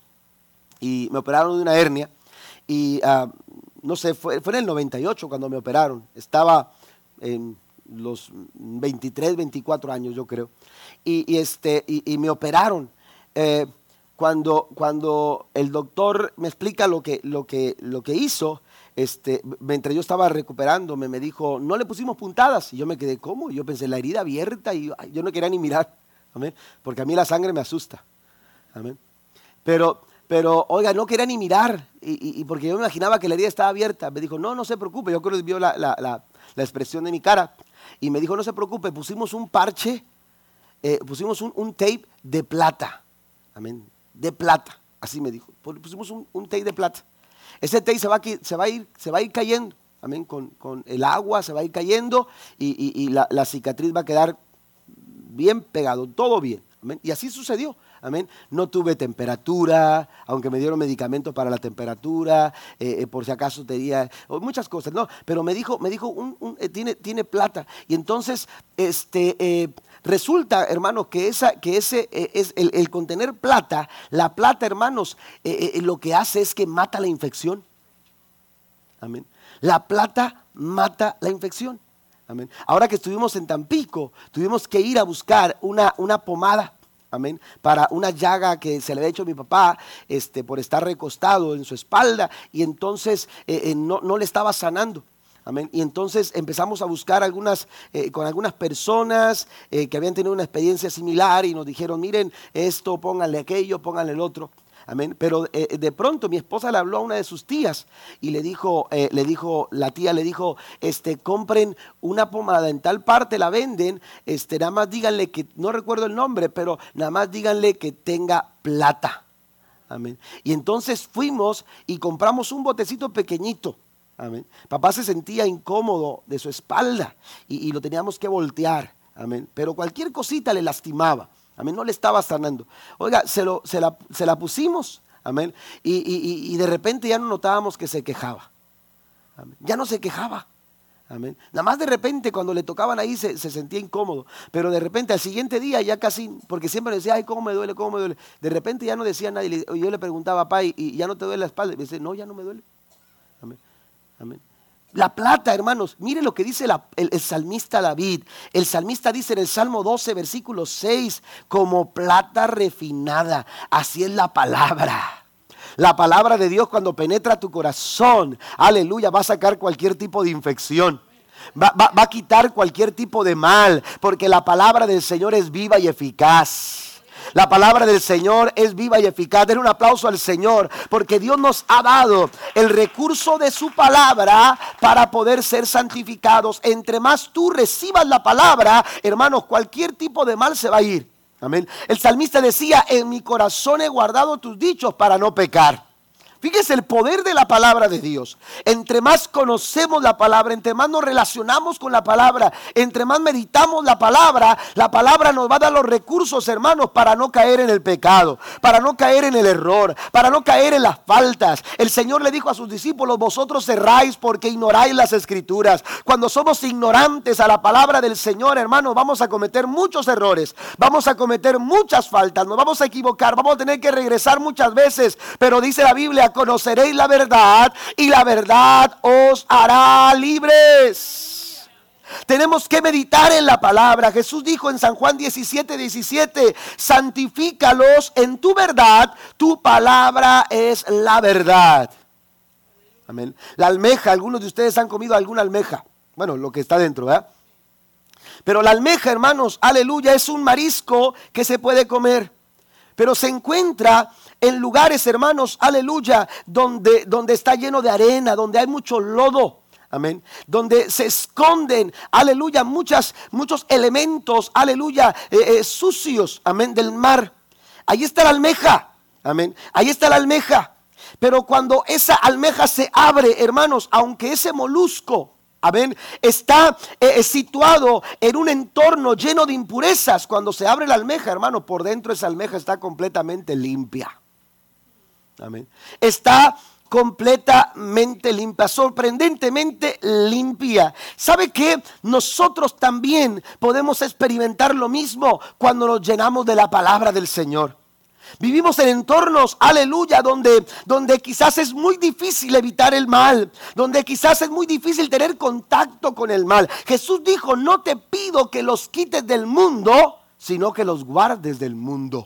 y me operaron de una hernia y uh, no sé, fue, fue en el noventa y ocho cuando me operaron. Estaba en los veintitrés, veinticuatro años, yo creo. Y, y, este, y, y me operaron. Eh, cuando, cuando el doctor me explica lo que, lo que, lo que hizo, este, mientras yo estaba recuperándome, me dijo, no le pusimos puntadas. Y yo me quedé, ¿cómo? Yo pensé, la herida abierta y ay, yo no quería ni mirar. Amén. Porque a mí la sangre me asusta. Amén. Pero... Pero, oiga, no quería ni mirar, y, y, y porque yo me imaginaba que la herida estaba abierta. Me dijo, no, no se preocupe, yo creo que vio la, la, la, la expresión de mi cara. Y me dijo, no se preocupe, pusimos un parche, eh, pusimos un, un tape de plata. Amén, de plata, así me dijo. Pusimos un, un tape de plata. Ese tape se va a, se va a, ir, se va a ir cayendo, amén, con, con el agua se va a ir cayendo y, y, y la, la cicatriz va a quedar bien pegado, todo bien. Amén. Y así sucedió. Amén. No tuve temperatura, aunque me dieron medicamentos para la temperatura, eh, eh, por si acaso tenía muchas cosas, no. Pero me dijo, me dijo, un, un, eh, tiene, tiene plata. Y entonces, este, eh, resulta, hermanos, que esa, que ese eh, es el, el contener plata. La plata, hermanos, eh, eh, lo que hace es que mata la infección. Amén. La plata mata la infección. Amén. Ahora que estuvimos en Tampico, tuvimos que ir a buscar una, una pomada. Amén. Para una llaga que se le había hecho a mi papá este, por estar recostado en su espalda y entonces eh, eh, no, no le estaba sanando. Amén. Y entonces empezamos a buscar algunas, eh, con algunas personas eh, que habían tenido una experiencia similar y nos dijeron, miren esto, pónganle aquello, pónganle el otro. Amén. Pero eh, de pronto mi esposa le habló a una de sus tías y le dijo, eh, le dijo, la tía le dijo, este, compren una pomada en tal parte, la venden, este, nada más díganle que, no recuerdo el nombre, pero nada más díganle que tenga plata. Amén. Y entonces fuimos y compramos un botecito pequeñito. Amén. Papá se sentía incómodo de su espalda y, y lo teníamos que voltear. Amén. Pero cualquier cosita le lastimaba. Amén, no le estaba sanando. Oiga, se, lo, se, la, se la pusimos, amén, y, y, y de repente ya no notábamos que se quejaba. Amén. Ya no se quejaba. Amén. Nada más de repente cuando le tocaban ahí se, se sentía incómodo, pero de repente al siguiente día ya casi, porque siempre decía, ay, cómo me duele, cómo me duele. De repente ya no decía nada y yo le preguntaba, papá, ¿y, y ya no te duele la espalda? Y me dice, no, ya no me duele. Amén. Amén. La plata, hermanos, mire lo que dice la, el, el salmista David. El salmista dice en el Salmo doce, versículo seis, como plata refinada, así es la palabra. La palabra de Dios cuando penetra tu corazón, aleluya, va a sacar cualquier tipo de infección. Va, va, va a quitar cualquier tipo de mal, porque la palabra del Señor es viva y eficaz. La palabra del Señor es viva y eficaz. Den un aplauso al Señor, porque Dios nos ha dado el recurso de su palabra para poder ser santificados. Entre más tú recibas la palabra, hermanos, cualquier tipo de mal se va a ir. Amén. El salmista decía, en mi corazón he guardado tus dichos para no pecar. Fíjese el poder de la palabra de Dios. Entre más conocemos la palabra, entre más nos relacionamos con la palabra, entre más meditamos la palabra, la palabra nos va a dar los recursos, hermanos, para no caer en el pecado, para no caer en el error, para no caer en las faltas. El Señor le dijo a sus discípulos, vosotros erráis porque ignoráis las escrituras. Cuando somos ignorantes a la palabra del Señor, hermanos, vamos a cometer muchos errores, vamos a cometer muchas faltas, nos vamos a equivocar, vamos a tener que regresar muchas veces, pero dice la Biblia, conoceréis la verdad y la verdad os hará libres. Tenemos que meditar en la palabra. Jesús dijo en San Juan diecisiete, diecisiete, santifícalos en tu verdad, tu palabra es la verdad. Amén. La almeja, algunos de ustedes han comido alguna almeja. Bueno, lo que está dentro, ¿verdad? Pero la almeja, hermanos, aleluya, es un marisco que se puede comer, pero se encuentra en lugares, hermanos, aleluya, donde, donde está lleno de arena, donde hay mucho lodo, amén, donde se esconden, aleluya, muchas, muchos elementos, aleluya, eh, eh, sucios, amén, del mar. Ahí está la almeja, amén, ahí está la almeja. Pero cuando esa almeja se abre, hermanos, aunque ese molusco, amén, está eh, situado en un entorno lleno de impurezas, cuando se abre la almeja, hermano, por dentro esa almeja está completamente limpia. Amén. Está completamente limpia, sorprendentemente limpia. ¿Sabe qué? Nosotros también podemos experimentar lo mismo cuando nos llenamos de la palabra del Señor. Vivimos en entornos, aleluya, donde, donde quizás es muy difícil evitar el mal, donde quizás es muy difícil tener contacto con el mal. Jesús dijo, no te pido que los quites del mundo, sino que los guardes del mundo.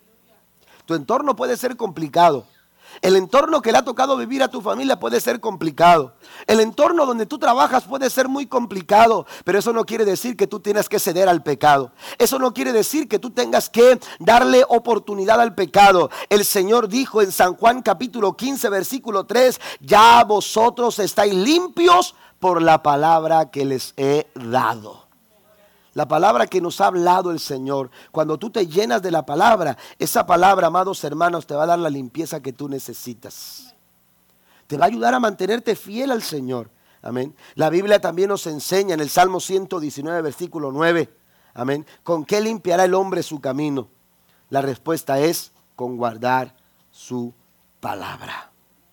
Tu entorno puede ser complicado. El entorno que le ha tocado vivir a tu familia puede ser complicado. El entorno donde tú trabajas puede ser muy complicado. Pero eso no quiere decir que tú tienes que ceder al pecado. Eso no quiere decir que tú tengas que darle oportunidad al pecado. El Señor dijo en San Juan capítulo quince versículo tres, ya vosotros estáis limpios por la palabra que les he dado. La palabra que nos ha hablado el Señor. Cuando tú te llenas de la palabra, esa palabra, amados hermanos, te va a dar la limpieza que tú necesitas. Te va a ayudar a mantenerte fiel al Señor. Amén. La Biblia también nos enseña en el Salmo ciento diecinueve, versículo nueve. Amén. ¿Con qué limpiará el hombre su camino? La respuesta es con guardar su palabra.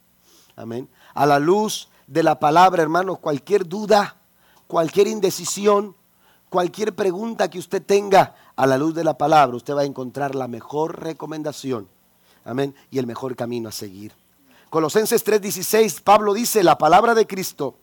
Amén. A la luz de la palabra, hermanos, cualquier duda, cualquier indecisión, cualquier pregunta que usted tenga, a la luz de la palabra, usted va a encontrar la mejor recomendación, amén, y el mejor camino a seguir. Colosenses tres dieciséis, Pablo dice, la palabra de Cristo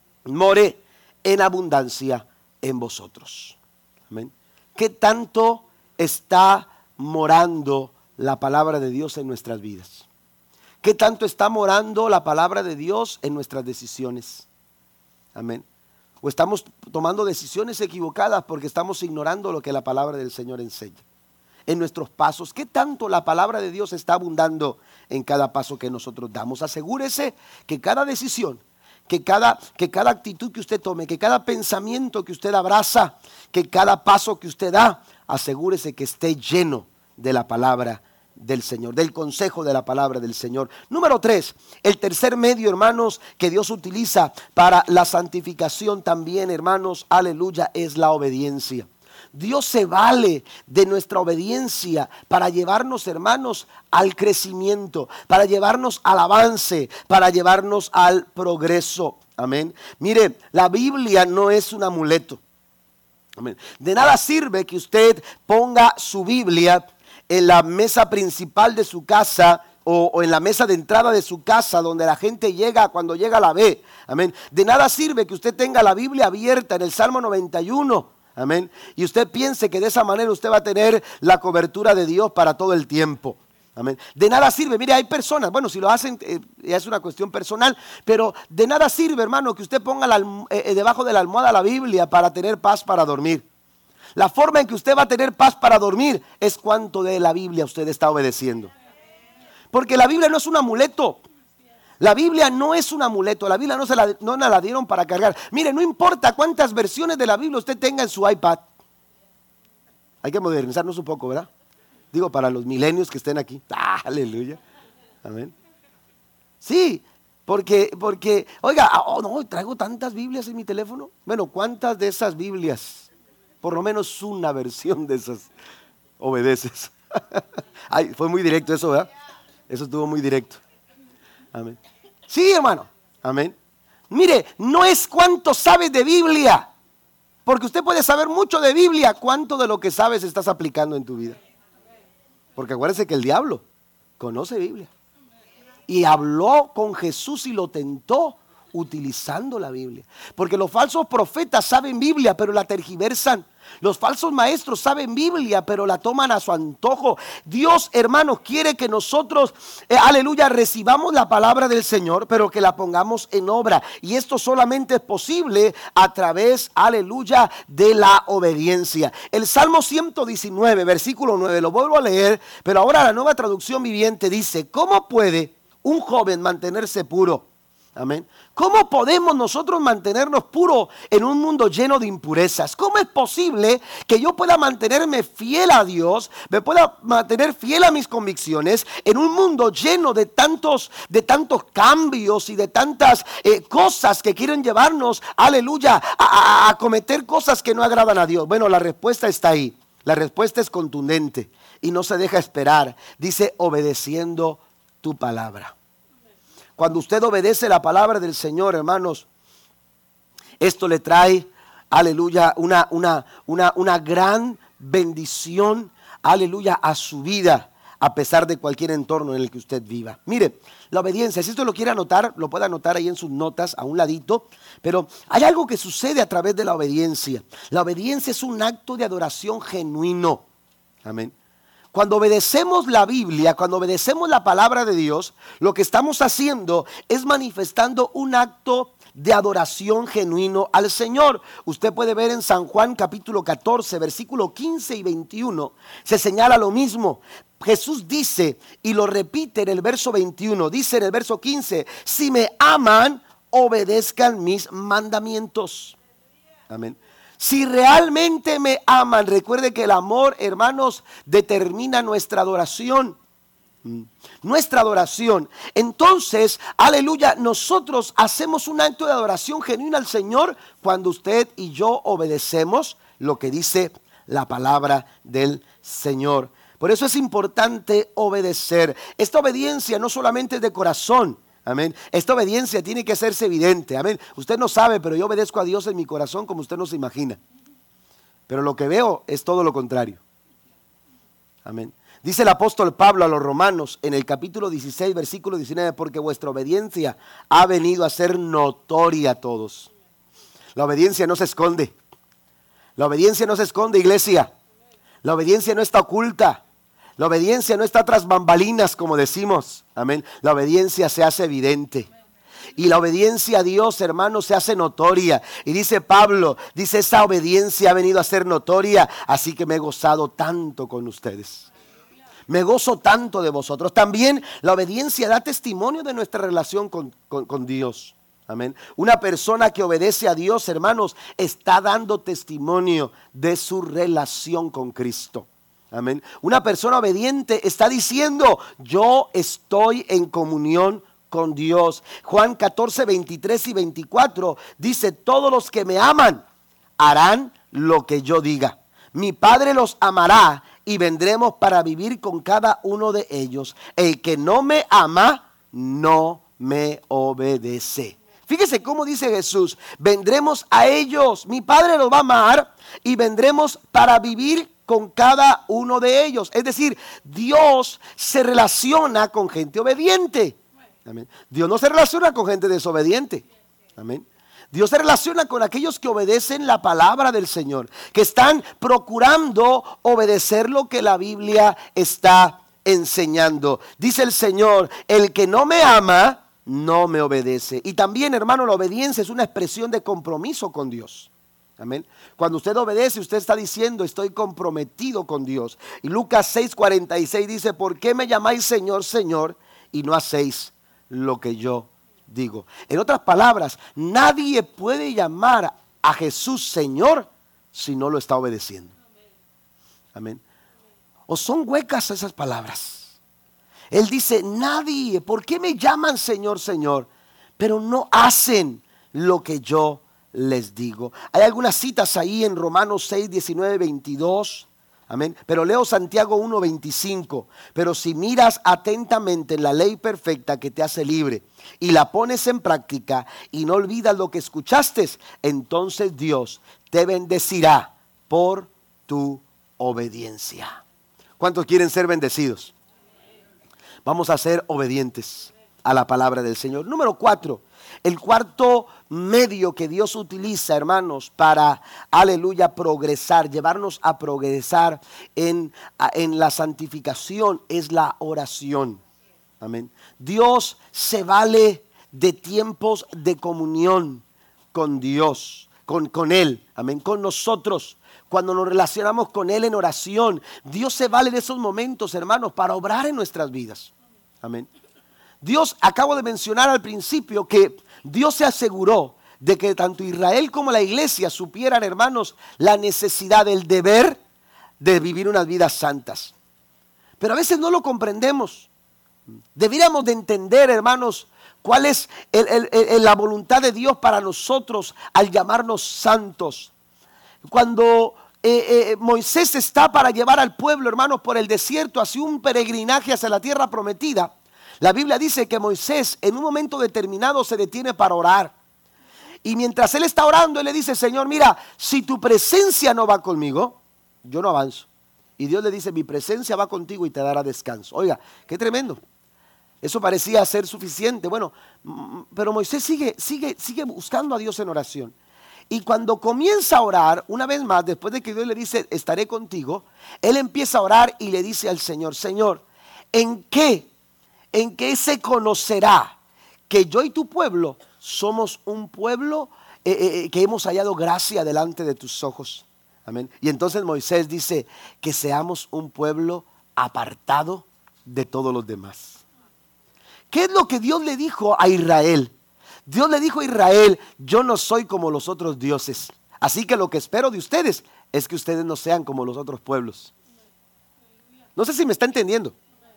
more en abundancia en vosotros. Amén. ¿Qué tanto está morando la palabra de Dios en nuestras vidas? ¿Qué tanto está morando la palabra de Dios en nuestras decisiones? Amén. O estamos tomando decisiones equivocadas porque estamos ignorando lo que la palabra del Señor enseña. En nuestros pasos, ¿qué tanto la palabra de Dios está abundando en cada paso que nosotros damos? Asegúrese que cada decisión, que cada, que cada actitud que usted tome, que cada pensamiento que usted abraza, que cada paso que usted da, asegúrese que esté lleno de la palabra del Señor, del consejo de la palabra del Señor. Número tres, el tercer medio, hermanos, que Dios utiliza para la santificación también, hermanos, aleluya, es la obediencia. Dios se vale de nuestra obediencia para llevarnos, hermanos, al crecimiento, para llevarnos al avance, para llevarnos al progreso. Amén. Mire, la Biblia no es un amuleto. Amén. De nada sirve que usted ponga su Biblia en la mesa principal de su casa o, o en la mesa de entrada de su casa, donde la gente llega, cuando llega la ve. Amén. De nada sirve que usted tenga la Biblia abierta en el Salmo noventa y uno. Amén. Y usted piense que de esa manera usted va a tener la cobertura de Dios para todo el tiempo. Amén. De nada sirve, mire, hay personas, bueno, si lo hacen eh, es una cuestión personal, pero de nada sirve, hermano, que usted ponga la, eh, debajo de la almohada la Biblia para tener paz para dormir. La forma en que usted va a tener paz para dormir es cuánto de la Biblia usted está obedeciendo. Porque la Biblia no es un amuleto. La Biblia no es un amuleto. La Biblia no se la, no nos la dieron para cargar. Mire, no importa cuántas versiones de la Biblia usted tenga en su iPad. Hay que modernizarnos un poco, ¿verdad? Digo, para los milenios que estén aquí. ¡Ah, aleluya! Amén. Sí, porque, porque, oiga, oh, no, traigo tantas Biblias en mi teléfono. Bueno, ¿cuántas de esas Biblias, por lo menos una versión de esas, obedeces? Ay, fue muy directo eso, ¿verdad? Eso estuvo muy directo. Amén. Sí, hermano. Amén. Mire, no es cuánto sabes de Biblia, porque usted puede saber mucho de Biblia. ¿Cuánto de lo que sabes estás aplicando en tu vida? Porque acuérdense que el diablo conoce Biblia. Y habló con Jesús y lo tentó utilizando la Biblia. Porque los falsos profetas saben Biblia, pero la tergiversan. Los falsos maestros saben Biblia, pero la toman a su antojo. Dios, hermanos, quiere que nosotros, eh, aleluya, recibamos la palabra del Señor, pero que la pongamos en obra. Y esto solamente es posible a través, aleluya, de la obediencia. El Salmo ciento diecinueve, versículo nueve, lo vuelvo a leer, pero ahora la Nueva Traducción Viviente dice: ¿cómo puede un joven mantenerse puro? Amén. ¿Cómo podemos nosotros mantenernos puros en un mundo lleno de impurezas? ¿Cómo es posible que yo pueda mantenerme fiel a Dios, me pueda mantener fiel a mis convicciones en un mundo lleno de tantos, de tantos cambios y de tantas eh, cosas que quieren llevarnos, aleluya, a, a, a cometer cosas que no agradan a Dios? Bueno, la respuesta está ahí. La respuesta es contundente y no se deja esperar. Dice: obedeciendo tu palabra. Cuando usted obedece la palabra del Señor, hermanos, esto le trae, aleluya, una, una, una, una gran bendición, aleluya, a su vida, a pesar de cualquier entorno en el que usted viva. Mire, la obediencia, si esto lo quiere anotar, lo puede anotar ahí en sus notas, a un ladito, pero hay algo que sucede a través de la obediencia. La obediencia es un acto de adoración genuino. Amén. Cuando obedecemos la Biblia, cuando obedecemos la palabra de Dios, lo que estamos haciendo es manifestando un acto de adoración genuino al Señor. Usted puede ver en San Juan capítulo catorce, versículo quince y veintiuno, se señala lo mismo. Jesús dice, y lo repite en el verso veintiuno, dice en el verso quince: si me aman, obedezcan mis mandamientos. Amén. Si realmente me aman, recuerde que el amor, hermanos, determina nuestra adoración. Nuestra adoración. Entonces, aleluya, nosotros hacemos un acto de adoración genuina al Señor cuando usted y yo obedecemos lo que dice la palabra del Señor. Por eso es importante obedecer. Esta obediencia no solamente es de corazón. Amén. Esta obediencia tiene que hacerse evidente. Amén. Usted no sabe, pero yo obedezco a Dios en mi corazón como usted no se imagina. Pero lo que veo es todo lo contrario. Amén. Dice el apóstol Pablo a los romanos en el capítulo dieciséis, versículo diecinueve: porque vuestra obediencia ha venido a ser notoria a todos. La obediencia no se esconde. La obediencia no se esconde, iglesia. La obediencia no está oculta. La obediencia no está tras bambalinas, como decimos. Amén. La obediencia se hace evidente. Y la obediencia a Dios, hermanos, se hace notoria. Y dice Pablo, dice: esa obediencia ha venido a ser notoria, así que me he gozado tanto con ustedes. Me gozo tanto de vosotros. También la obediencia da testimonio de nuestra relación con, con, con Dios. Amén. Una persona que obedece a Dios, hermanos, está dando testimonio de su relación con Cristo. Amén. Una persona obediente está diciendo: yo estoy en comunión con Dios. Juan catorce, veintitrés y veinticuatro dice: todos los que me aman harán lo que yo diga. Mi Padre los amará y vendremos para vivir con cada uno de ellos. El que no me ama, no me obedece. Fíjese cómo dice Jesús: vendremos a ellos. Mi Padre los va a amar y vendremos para vivir con cada uno de ellos. Es decir, Dios se relaciona con gente obediente. Amén. Dios no se relaciona con gente desobediente. Amén. Dios se relaciona con aquellos que obedecen la palabra del Señor, que están procurando obedecer lo que la Biblia está enseñando. Dice el Señor, el que no me ama, no me obedece. Y también, hermano, la obediencia es una expresión de compromiso con Dios. Amén. Cuando usted obedece, usted está diciendo, estoy comprometido con Dios. Y Lucas seis cuarenta y seis dice, ¿por qué me llamáis Señor, Señor, y no hacéis lo que yo digo? En otras palabras, nadie puede llamar a Jesús Señor si no lo está obedeciendo. Amén. ¿O son huecas esas palabras? Él dice, nadie, ¿por qué me llaman Señor, Señor? Pero no hacen lo que yo les digo. Hay algunas citas ahí en Romanos seis, diecinueve, veintidós. Amén. Pero leo Santiago uno, veinticinco. Pero si miras atentamente en la ley perfecta que te hace libre y la pones en práctica y no olvidas lo que escuchaste, entonces Dios te bendecirá por tu obediencia. ¿Cuántos quieren ser bendecidos? Vamos a ser obedientes a la palabra del Señor. Número cuatro, el cuarto medio que Dios utiliza, hermanos, para, aleluya, progresar, llevarnos a progresar en, en la santificación es la oración. Amén. Dios se vale de tiempos de comunión con Dios, con, con Él, amén, con nosotros. Cuando nos relacionamos con Él en oración, Dios se vale de esos momentos, hermanos, para obrar en nuestras vidas. Amén. Dios, acabo de mencionar al principio que Dios se aseguró de que tanto Israel como la iglesia supieran, hermanos, la necesidad, el deber de vivir unas vidas santas. Pero a veces no lo comprendemos. Deberíamos de entender, hermanos, cuál es el, el, el, la voluntad de Dios para nosotros al llamarnos santos. Cuando eh, eh, Moisés está para llevar al pueblo, hermanos, por el desierto hacia un peregrinaje hacia la tierra prometida, la Biblia dice que Moisés en un momento determinado se detiene para orar. Y mientras él está orando, él le dice, Señor, mira, si tu presencia no va conmigo, yo no avanzo. Y Dios le dice, mi presencia va contigo y te dará descanso. Oiga, qué tremendo. Eso parecía ser suficiente. Bueno, pero Moisés sigue, sigue, sigue buscando a Dios en oración. Y cuando comienza a orar, una vez más, después de que Dios le dice, estaré contigo, él empieza a orar y le dice al Señor, Señor, ¿en qué? ¿En qué se conocerá que yo y tu pueblo somos un pueblo eh, eh, que hemos hallado gracia delante de tus ojos? Amén. Y entonces Moisés dice que seamos un pueblo apartado de todos los demás. ¿Qué es lo que Dios le dijo a Israel? Dios le dijo a Israel, yo no soy como los otros dioses. Así que lo que espero de ustedes es que ustedes no sean como los otros pueblos. No sé si me está entendiendo.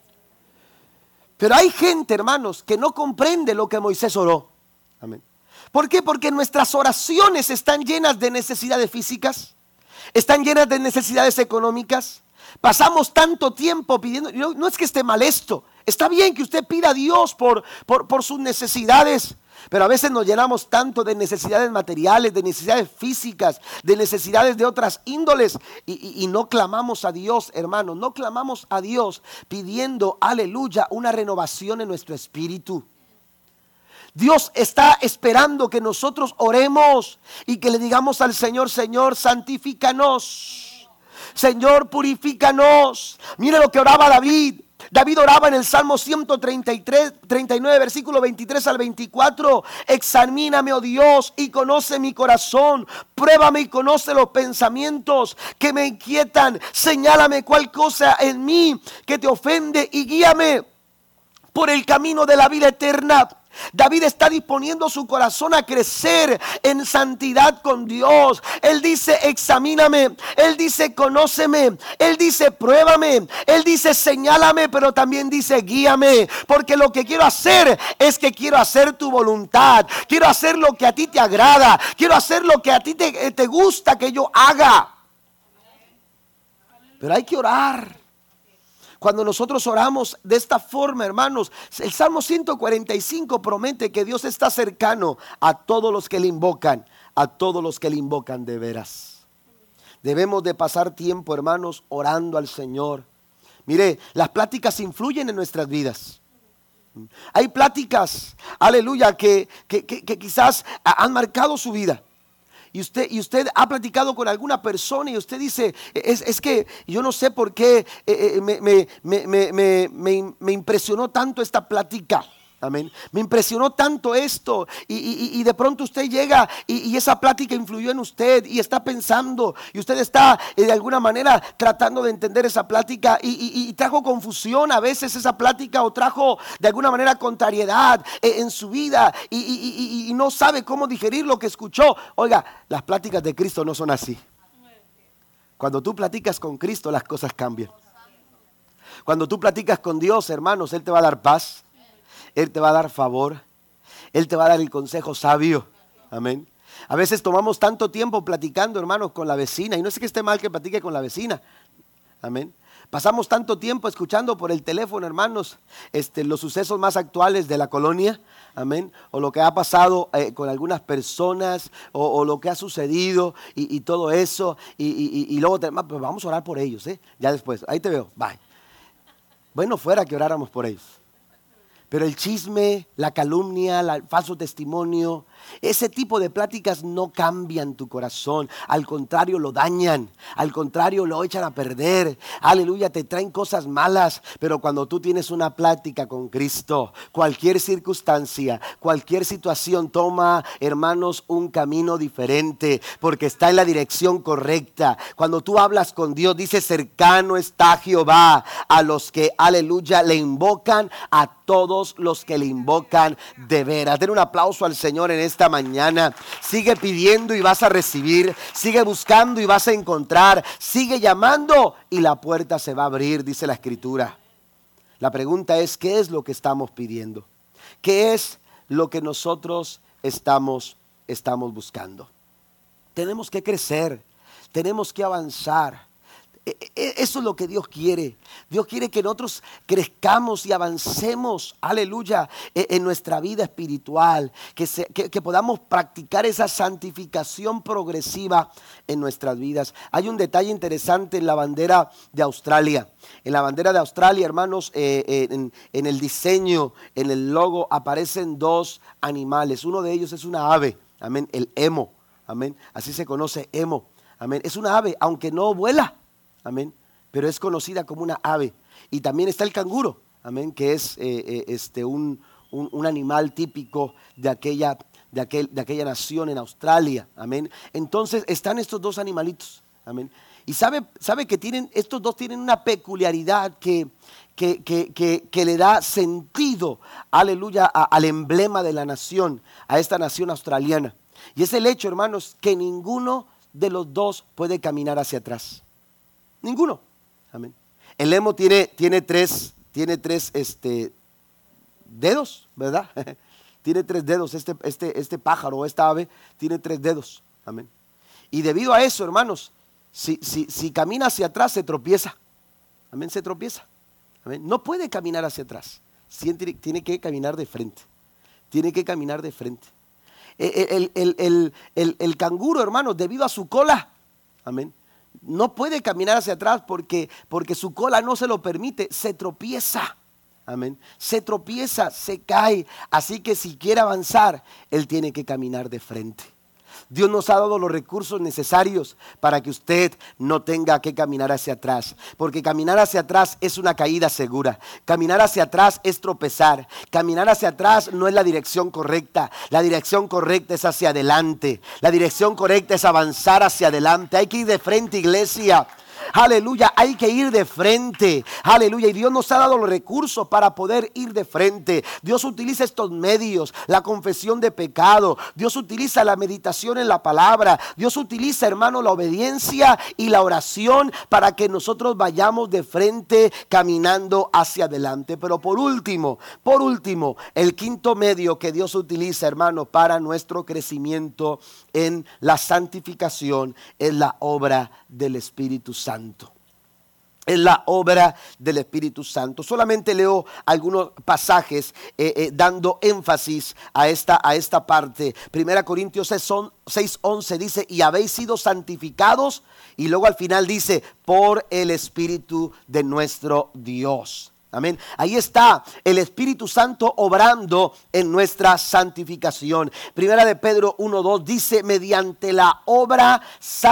Pero hay gente, hermanos, que no comprende lo que Moisés oró. Amén. ¿Por qué? Porque nuestras oraciones están llenas de necesidades físicas, están llenas de necesidades económicas. Pasamos tanto tiempo pidiendo, no, no es que esté mal esto, está bien que usted pida a Dios por, por, por sus necesidades. Pero a veces nos llenamos tanto de necesidades materiales, de necesidades físicas, de necesidades de otras índoles y, y, y no clamamos a Dios, hermanos, no clamamos a Dios pidiendo, aleluya, una renovación en nuestro espíritu. Dios está esperando que nosotros oremos y que le digamos al Señor, Señor, santifícanos, Señor, purifícanos. Mire lo que oraba David. David oraba en el Salmo ciento treinta y tres, treinta y nueve, versículo veintitrés al veinticuatro. Examíname, oh Dios, y conoce mi corazón. Pruébame y conoce los pensamientos que me inquietan. Señálame cuál cosa en mí que te ofende y guíame por el camino de la vida eterna. David está disponiendo su corazón a crecer en santidad con Dios. Él dice, examíname. Él dice, conóceme. Él dice, pruébame. Él dice, señálame, pero también dice, guíame. Porque lo que quiero hacer es que quiero hacer tu voluntad. Quiero hacer lo que a ti te agrada. Quiero hacer lo que a ti te, te gusta que yo haga. Pero hay que orar. Cuando nosotros oramos de esta forma, hermanos, el Salmo ciento cuarenta y cinco promete que Dios está cercano a todos los que le invocan, a todos los que le invocan de veras. Debemos de pasar tiempo, hermanos, orando al Señor. Mire, las pláticas influyen en nuestras vidas. Hay pláticas, aleluya, que, que, que, que quizás han marcado su vida. Y usted, y usted ha platicado con alguna persona y usted dice, es, es que yo no sé por qué eh, me, me, me, me, me, me impresionó tanto esta plática. Amén. Me impresionó tanto esto y, y, y de pronto usted llega y, y esa plática influyó en usted y está pensando y usted está eh, de alguna manera tratando de entender esa plática y, y, y trajo confusión a veces esa plática o trajo de alguna manera contrariedad eh, en su vida y, y, y, y no sabe cómo digerir lo que escuchó. Oiga, las pláticas de Cristo no son así. Cuando tú platicas con Cristo las cosas cambian. Cuando tú platicas con Dios, hermanos, Él te va a dar paz. Él te va a dar favor. Él te va a dar el consejo sabio. Amén. A veces tomamos tanto tiempo platicando, hermanos, con la vecina. Y no es que esté mal que platique con la vecina. Amén. Pasamos tanto tiempo escuchando por el teléfono, hermanos, este, los sucesos más actuales de la colonia. Amén. O lo que ha pasado eh, con algunas personas. O, o lo que ha sucedido. Y, y todo eso. Y, y, y luego te, pues vamos a orar por ellos. ¿eh? Ya después. Ahí te veo. Bye. Bueno, fuera que oráramos por ellos. Pero el chisme, la calumnia, el falso testimonio, ese tipo de pláticas no cambian tu corazón. Al contrario, lo dañan. Al contrario, lo echan a perder. Aleluya, te traen cosas malas. Pero cuando tú tienes una plática con Cristo, cualquier circunstancia, cualquier situación toma, hermanos, un camino diferente. Porque está en la dirección correcta. Cuando tú hablas con Dios, dice, cercano está Jehová a los que, aleluya, le invocan, a todos los que le invocan de veras. Den un aplauso al Señor en esta mañana. Sigue pidiendo y vas a recibir. Sigue buscando y vas a encontrar. Sigue llamando y la puerta se va a abrir, dice la Escritura. La pregunta es, ¿qué es lo que estamos pidiendo? ¿Qué es lo que nosotros estamos, estamos buscando? Tenemos que crecer. Tenemos que avanzar. Eso es lo que Dios quiere. Dios quiere que nosotros crezcamos y avancemos, aleluya, en nuestra vida espiritual, que, se, que, que podamos practicar esa santificación progresiva en nuestras vidas. Hay un detalle interesante en la bandera de Australia. En la bandera de Australia, hermanos, eh, en, en el diseño, en el logo, aparecen dos animales. Uno de ellos es una ave, amén, el emo, amén, así se conoce, emo, amén. Es una ave, aunque no vuela. Amén, pero es conocida como una ave. Y también está el canguro, amén, que es eh, eh, este, un, un, un animal típico de aquella, de, aquel, de aquella nación en Australia, amén. Entonces están estos dos animalitos, amén. Y sabe, sabe que tienen, estos dos tienen una peculiaridad que, que, que, que, que le da sentido, aleluya, a, al emblema de la nación, a esta nación australiana. Y es el hecho, hermanos, que ninguno de los dos puede caminar hacia atrás. Ninguno. Amén. El emo tiene, tiene tres, tiene tres este, dedos, ¿verdad? Tiene tres dedos. Este, este, este pájaro, esta ave, tiene tres dedos. Amén. Y debido a eso, hermanos, si, si, si camina hacia atrás, se tropieza. Amén, se tropieza. Amén. No puede caminar hacia atrás. Tiene, tiene que caminar de frente. Tiene que caminar de frente. El, el, el, el, el, el canguro, hermanos, debido a su cola, amén, no puede caminar hacia atrás porque, porque su cola no se lo permite, se tropieza, amén, se tropieza, se cae, así que si quiere avanzar, él tiene que caminar de frente. Dios nos ha dado los recursos necesarios para que usted no tenga que caminar hacia atrás. Porque caminar hacia atrás es una caída segura. Caminar hacia atrás es tropezar. Caminar hacia atrás no es la dirección correcta. La dirección correcta es hacia adelante. La dirección correcta es avanzar hacia adelante. Hay que ir de frente, iglesia. Aleluya, hay que ir de frente. Aleluya, y Dios nos ha dado los recursos para poder ir de frente. Dios utiliza estos medios, la confesión de pecado. Dios utiliza la meditación en la palabra. Dios utiliza, hermano, la obediencia y la oración para que nosotros vayamos de frente caminando hacia adelante. Pero por último, por último, el quinto medio que Dios utiliza, hermano, para nuestro crecimiento en la santificación es la obra del Espíritu Santo. es la obra del Espíritu Santo. Solamente leo algunos pasajes eh, eh, dando énfasis a esta, a esta parte. Primera Corintios seis once dice, y habéis sido santificados, y luego al final dice, por el Espíritu de nuestro Dios. Amén. Ahí está el Espíritu Santo obrando en nuestra santificación. Primera de Pedro uno dos dice, mediante la obra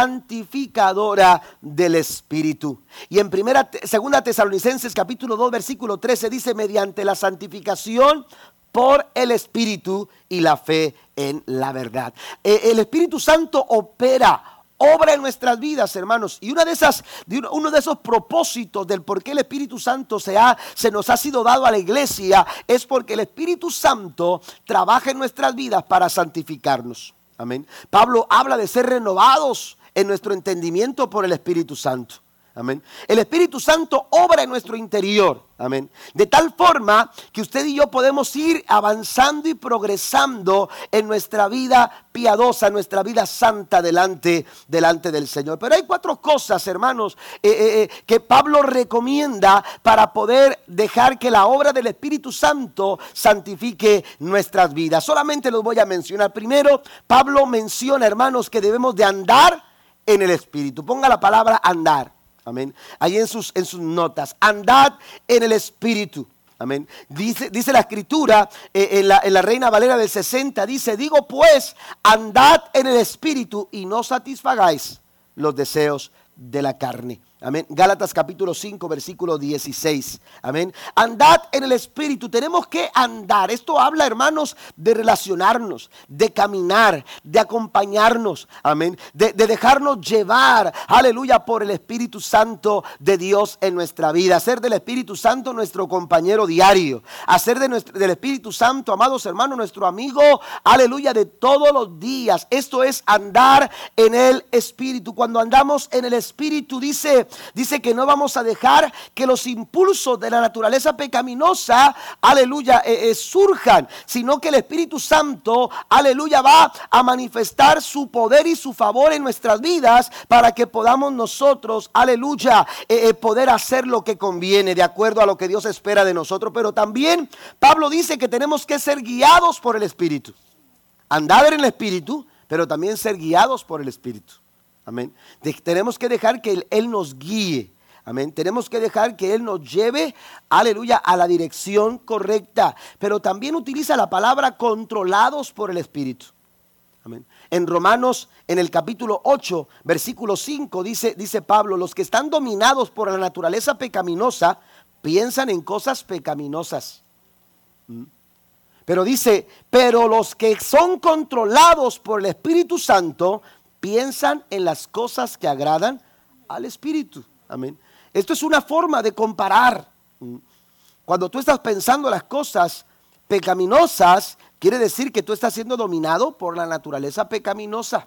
santificadora del Espíritu. Y en primera, segunda Tesalonicenses capítulo dos versículo trece dice, mediante la santificación por el Espíritu y la fe en la verdad. Eh, el Espíritu Santo opera, obra en nuestras vidas, hermanos. Y una de esas, uno de esos propósitos del por qué el Espíritu Santo se, ha, se nos ha sido dado a la iglesia es porque el Espíritu Santo trabaja en nuestras vidas para santificarnos. Amén. Pablo habla de ser renovados en nuestro entendimiento por el Espíritu Santo. Amén. El Espíritu Santo obra en nuestro interior. Amén. De tal forma que usted y yo podemos ir avanzando y progresando en nuestra vida piadosa, nuestra vida santa delante, delante del Señor. Pero hay cuatro cosas, hermanos, eh, eh, eh, que Pablo recomienda para poder dejar que la obra del Espíritu Santo santifique nuestras vidas. Solamente los voy a mencionar. Primero, Pablo menciona, hermanos, que debemos de andar en el Espíritu. Ponga la palabra andar. Amén. Ahí en sus, en sus notas, andad en el Espíritu. Amén. Dice, dice la Escritura eh, en, la, en la Reina Valera del sesenta, dice, digo pues, andad en el Espíritu y no satisfagáis los deseos de la carne. Amén. Gálatas capítulo cinco versículo dieciséis. Amén. Andad en el Espíritu. Tenemos que andar. Esto habla, hermanos, de relacionarnos, de caminar, de acompañarnos. Amén. De, de dejarnos llevar, aleluya, por el Espíritu Santo de Dios en nuestra vida. Hacer del Espíritu Santo nuestro compañero diario. Hacer de nuestro, del Espíritu Santo, amados hermanos, nuestro amigo, aleluya, de todos los días. Esto es andar en el Espíritu. Cuando andamos en el Espíritu, dice Dice que no vamos a dejar que los impulsos de la naturaleza pecaminosa, aleluya, eh, eh, surjan, sino que el Espíritu Santo, aleluya, va a manifestar su poder y su favor en nuestras vidas para que podamos nosotros, aleluya, eh, eh, poder hacer lo que conviene de acuerdo a lo que Dios espera de nosotros. Pero también Pablo dice que tenemos que ser guiados por el Espíritu. Andar en el Espíritu, pero también ser guiados por el Espíritu. Amén. De, tenemos que dejar que él, él nos guíe. Amén. Tenemos que dejar que Él nos lleve, aleluya, a la dirección correcta. Pero también utiliza la palabra controlados por el Espíritu. Amén. En Romanos, en el capítulo ocho, versículo cinco, dice, dice Pablo, los que están dominados por la naturaleza pecaminosa, piensan en cosas pecaminosas. ¿Mm? Pero dice, pero los que son controlados por el Espíritu Santo, piensan en las cosas que agradan al Espíritu. Amén. Esto es una forma de comparar. Cuando tú estás pensando las cosas pecaminosas, quiere decir que tú estás siendo dominado por la naturaleza pecaminosa.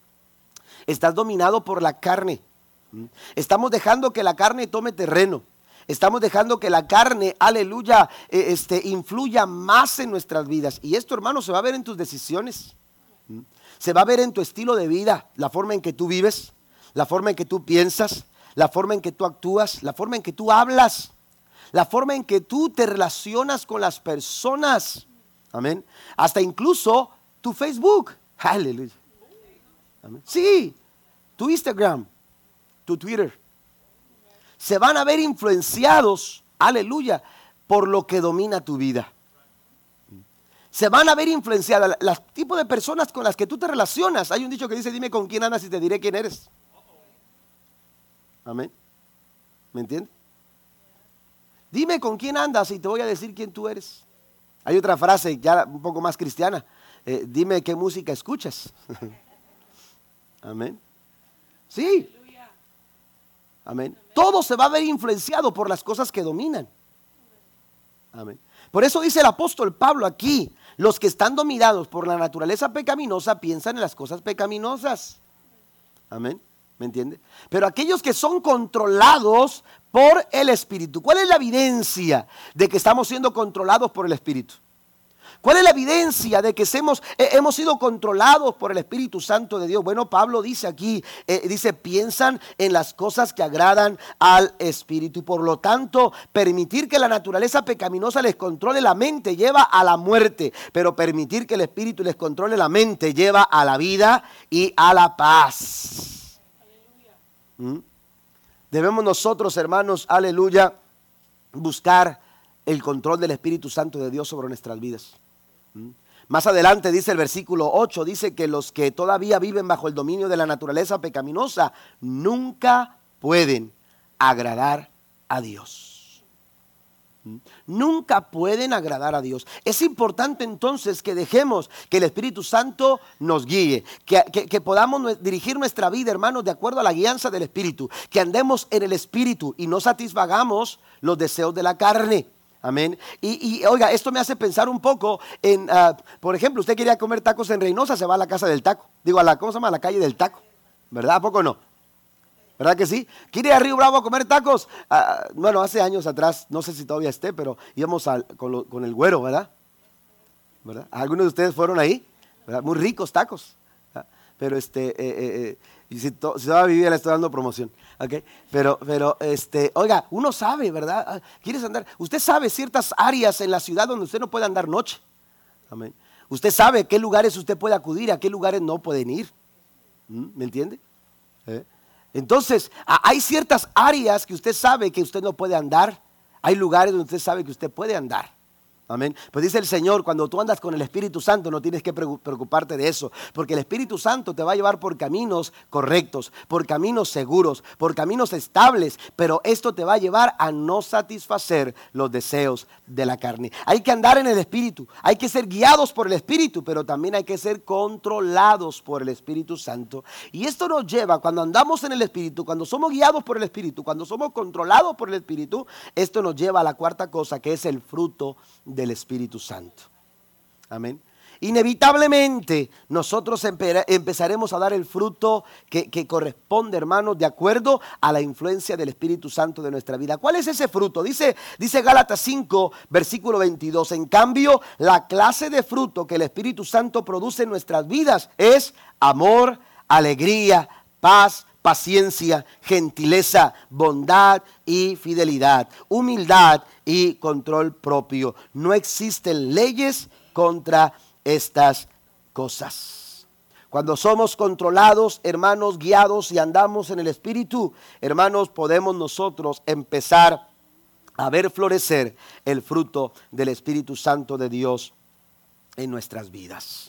Estás dominado por la carne. Estamos dejando que la carne tome terreno. Estamos dejando que la carne, aleluya, este, influya más en nuestras vidas. Y esto, hermano, se va a ver en tus decisiones. Se va a ver en tu estilo de vida, la forma en que tú vives, la forma en que tú piensas, la forma en que tú actúas, la forma en que tú hablas, la forma en que tú te relacionas con las personas. Amén. Hasta incluso tu Facebook. Aleluya. Amén. Sí, tu Instagram, tu Twitter. Se van a ver influenciados, aleluya, por lo que domina tu vida. Se van a ver influenciadas los tipos de personas con las que tú te relacionas. Hay un dicho que dice, dime con quién andas y te diré quién eres. Amén. ¿Me entiendes? Dime con quién andas y te voy a decir quién tú eres. Hay otra frase ya un poco más cristiana. Eh, dime qué música escuchas. Amén. Sí. Amén. Todo se va a ver influenciado por las cosas que dominan. Amén. Por eso dice el apóstol Pablo aquí, los que están dominados por la naturaleza pecaminosa piensan en las cosas pecaminosas. Amén. ¿Me entiende? Pero aquellos que son controlados por el Espíritu. ¿Cuál es la evidencia de que estamos siendo controlados por el Espíritu? ¿Cuál es la evidencia de que hemos, eh, hemos sido controlados por el Espíritu Santo de Dios? Bueno, Pablo dice aquí, eh, dice, piensan en las cosas que agradan al Espíritu. Por lo tanto, permitir que la naturaleza pecaminosa les controle la mente lleva a la muerte, pero permitir que el Espíritu les controle la mente lleva a la vida y a la paz. ¿Mm? Debemos nosotros, hermanos, aleluya, buscar el control del Espíritu Santo de Dios sobre nuestras vidas. ¿Mm? Más adelante dice el versículo ocho, dice que los que todavía viven bajo el dominio de la naturaleza pecaminosa nunca pueden agradar a Dios. Nunca pueden agradar a Dios. Es importante entonces que dejemos que el Espíritu Santo nos guíe, que, que, que podamos dirigir nuestra vida, hermanos, de acuerdo a la guianza del Espíritu, que andemos en el Espíritu y no satisfagamos los deseos de la carne. Amén. Y, y oiga, esto me hace pensar un poco en, uh, por ejemplo, usted quería comer tacos en Reynosa, se va a la casa del taco. Digo, a la, ¿cómo se llama? A la calle del taco. ¿Verdad? ¿A poco no? ¿Verdad que sí? ¿Quiere ir a Río Bravo a comer tacos? Uh, bueno, hace años atrás, no sé si todavía esté, pero íbamos al, con, lo, con el güero, ¿verdad? ¿Verdad? Algunos de ustedes fueron ahí, ¿verdad? Muy ricos tacos. ¿Verdad? Pero este, eh, eh, eh, y si, to, si va a vivir, le estoy dando promoción. ¿Okay? Pero, pero, este, oiga, uno sabe, ¿verdad? ¿Quieres andar? Usted sabe ciertas áreas en la ciudad donde usted no puede andar noche. Amén. Usted sabe a qué lugares usted puede acudir, a qué lugares no pueden ir. ¿Mm? ¿Me entiende? ¿Eh? Entonces, hay ciertas áreas que usted sabe que usted no puede andar. Hay lugares donde usted sabe que usted puede andar. Amén. Pues dice el Señor, cuando tú andas con el Espíritu Santo no tienes que preocuparte de eso, porque el Espíritu Santo te va a llevar por caminos correctos, por caminos seguros, por caminos estables, pero esto te va a llevar a no satisfacer los deseos de la carne. Hay que andar en el Espíritu, hay que ser guiados por el Espíritu, pero también hay que ser controlados por el Espíritu Santo. Y esto nos lleva, cuando andamos en el Espíritu, cuando somos guiados por el Espíritu, cuando somos controlados por el Espíritu, esto nos lleva a la cuarta cosa, que es el fruto del Espíritu Santo. Amén. Inevitablemente nosotros empezaremos a dar el fruto que, que corresponde, hermanos, de acuerdo a la influencia del Espíritu Santo de nuestra vida. ¿Cuál es ese fruto? Dice, dice Gálatas cinco, versículo veintidós. En cambio, la clase de fruto que el Espíritu Santo produce en nuestras vidas es amor, alegría, paz, paciencia, gentileza, bondad y fidelidad, humildad y control propio. No existen leyes contra estas cosas. Cuando somos controlados, hermanos, guiados y andamos en el Espíritu, hermanos, podemos nosotros empezar a ver florecer el fruto del Espíritu Santo de Dios en nuestras vidas.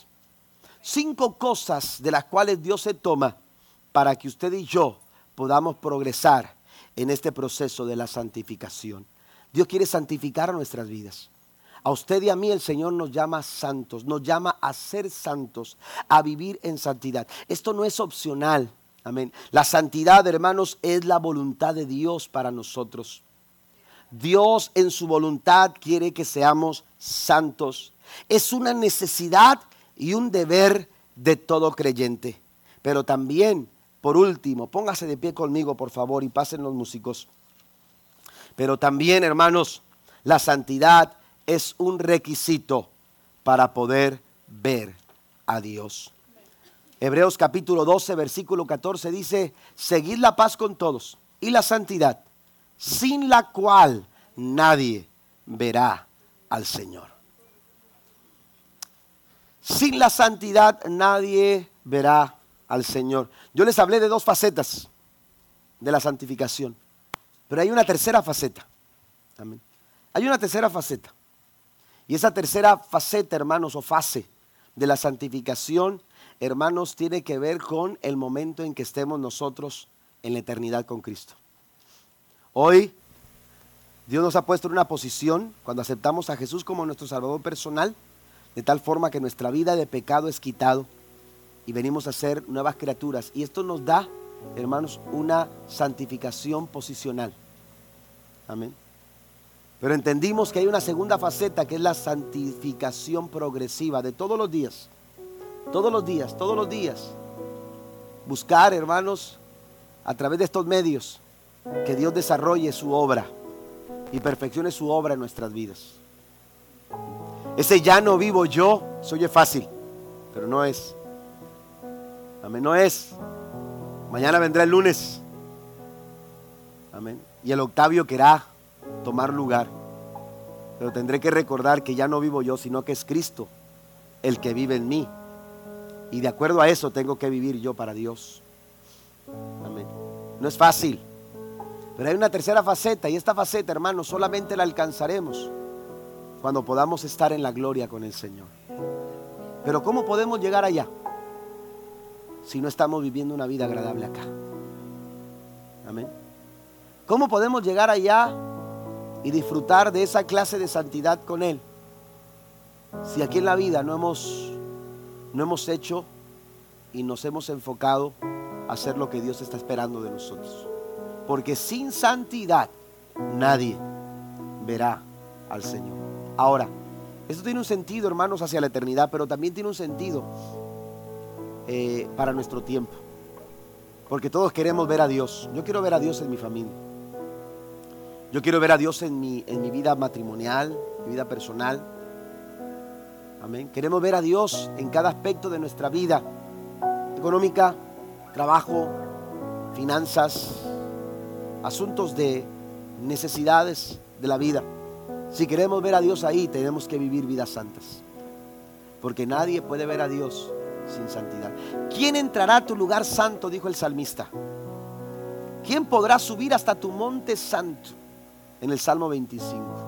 Cinco cosas de las cuales Dios se toma para que usted y yo podamos progresar en este proceso de la santificación. Dios quiere santificar nuestras vidas. A usted y a mí el Señor nos llama santos, nos llama a ser santos, a vivir en santidad. Esto no es opcional, amén. La santidad, hermanos, es la voluntad de Dios para nosotros. Dios en su voluntad quiere que seamos santos. Es una necesidad y un deber de todo creyente. Pero también, por último, póngase de pie conmigo, por favor, y pasen los músicos. Pero también, hermanos, la santidad es un requisito para poder ver a Dios. Hebreos capítulo doce, versículo catorce dice, seguid la paz con todos y la santidad, sin la cual nadie verá al Señor. Sin la santidad nadie verá al Señor. Yo les hablé de dos facetas de la santificación, pero hay una tercera faceta. Amén. Hay una tercera faceta. Y esa tercera faceta, hermanos, o fase de la santificación, hermanos, tiene que ver con el momento en que estemos nosotros en la eternidad con Cristo. Hoy, Dios nos ha puesto en una posición, cuando aceptamos a Jesús como nuestro Salvador personal, de tal forma que nuestra vida de pecado es quitado y venimos a ser nuevas criaturas. Y esto nos da, hermanos, una santificación posicional. Amén. Pero entendimos que hay una segunda faceta que es la santificación progresiva de todos los días. Todos los días, todos los días. Buscar, hermanos, a través de estos medios, que Dios desarrolle su obra y perfeccione su obra en nuestras vidas. Ese ya no vivo yo, se oye fácil, pero no es. Amén, no es. Mañana vendrá el lunes. Amén. Y el Octavio querrá tomar lugar. Pero tendré que recordar que ya no vivo yo, sino que es Cristo el que vive en mí. Y de acuerdo a eso tengo que vivir yo para Dios. Amén. No es fácil. Pero hay una tercera faceta, y esta faceta, hermanos, solamente la alcanzaremos cuando podamos estar en la gloria con el Señor. Pero ¿cómo podemos llegar allá si no estamos viviendo una vida agradable acá? Amén. ¿Cómo podemos llegar allá y disfrutar de esa clase de santidad con Él si aquí en la vida no hemos, no hemos hecho y nos hemos enfocado a hacer lo que Dios está esperando de nosotros? Porque sin santidad nadie verá al Señor. Ahora, esto tiene un sentido, hermanos, hacia la eternidad, pero también tiene un sentido eh, para nuestro tiempo. Porque todos queremos ver a Dios. Yo quiero ver a Dios en mi familia. Yo quiero ver a Dios en mi, en mi vida matrimonial, mi vida personal. Amén. Queremos ver a Dios en cada aspecto de nuestra vida económica, trabajo, finanzas, asuntos de necesidades de la vida. Si queremos ver a Dios ahí, tenemos que vivir vidas santas, porque nadie puede ver a Dios sin santidad. ¿Quién entrará a tu lugar santo?, dijo el salmista. ¿Quién podrá subir hasta tu monte santo? En el Salmo veinticinco.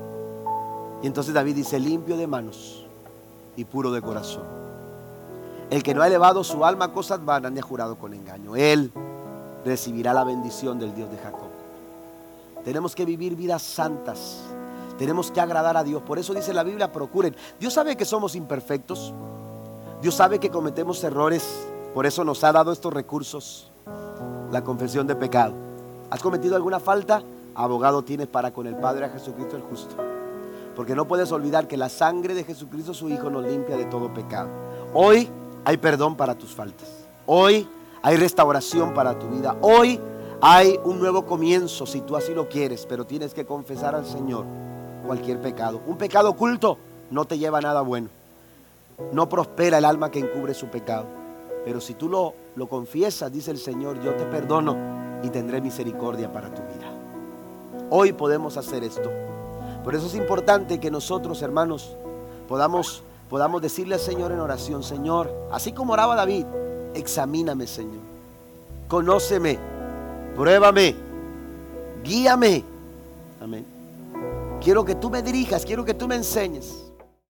Y entonces David dice: limpio de manos y puro de corazón, el que no ha elevado su alma a cosas vanas ni ha jurado con engaño, él recibirá la bendición del Dios de Jacob. Tenemos que vivir vidas santas. Tenemos que agradar a Dios. Por eso dice la Biblia: procuren. Dios sabe que somos imperfectos. Dios sabe que cometemos errores. Por eso nos ha dado estos recursos. La confesión de pecado. ¿Has cometido alguna falta? Abogado tienes para con el Padre, a Jesucristo el justo. Porque no puedes olvidar que la sangre de Jesucristo su Hijo nos limpia de todo pecado. Hoy hay perdón para tus faltas. Hoy hay restauración para tu vida. Hoy hay un nuevo comienzo, si tú así lo quieres. Pero tienes que confesar al Señor cualquier pecado. Un pecado oculto no te lleva a nada bueno. No prospera el alma que encubre su pecado. Pero si tú lo, lo confiesas, dice el Señor: yo te perdono y tendré misericordia para tu vida. Hoy podemos hacer esto. Por eso es importante que nosotros, hermanos, podamos, podamos decirle al Señor en oración: Señor, así como oraba David, examíname, Señor, conóceme, pruébame, guíame. Amén. Quiero que tú me dirijas, quiero que tú me enseñes.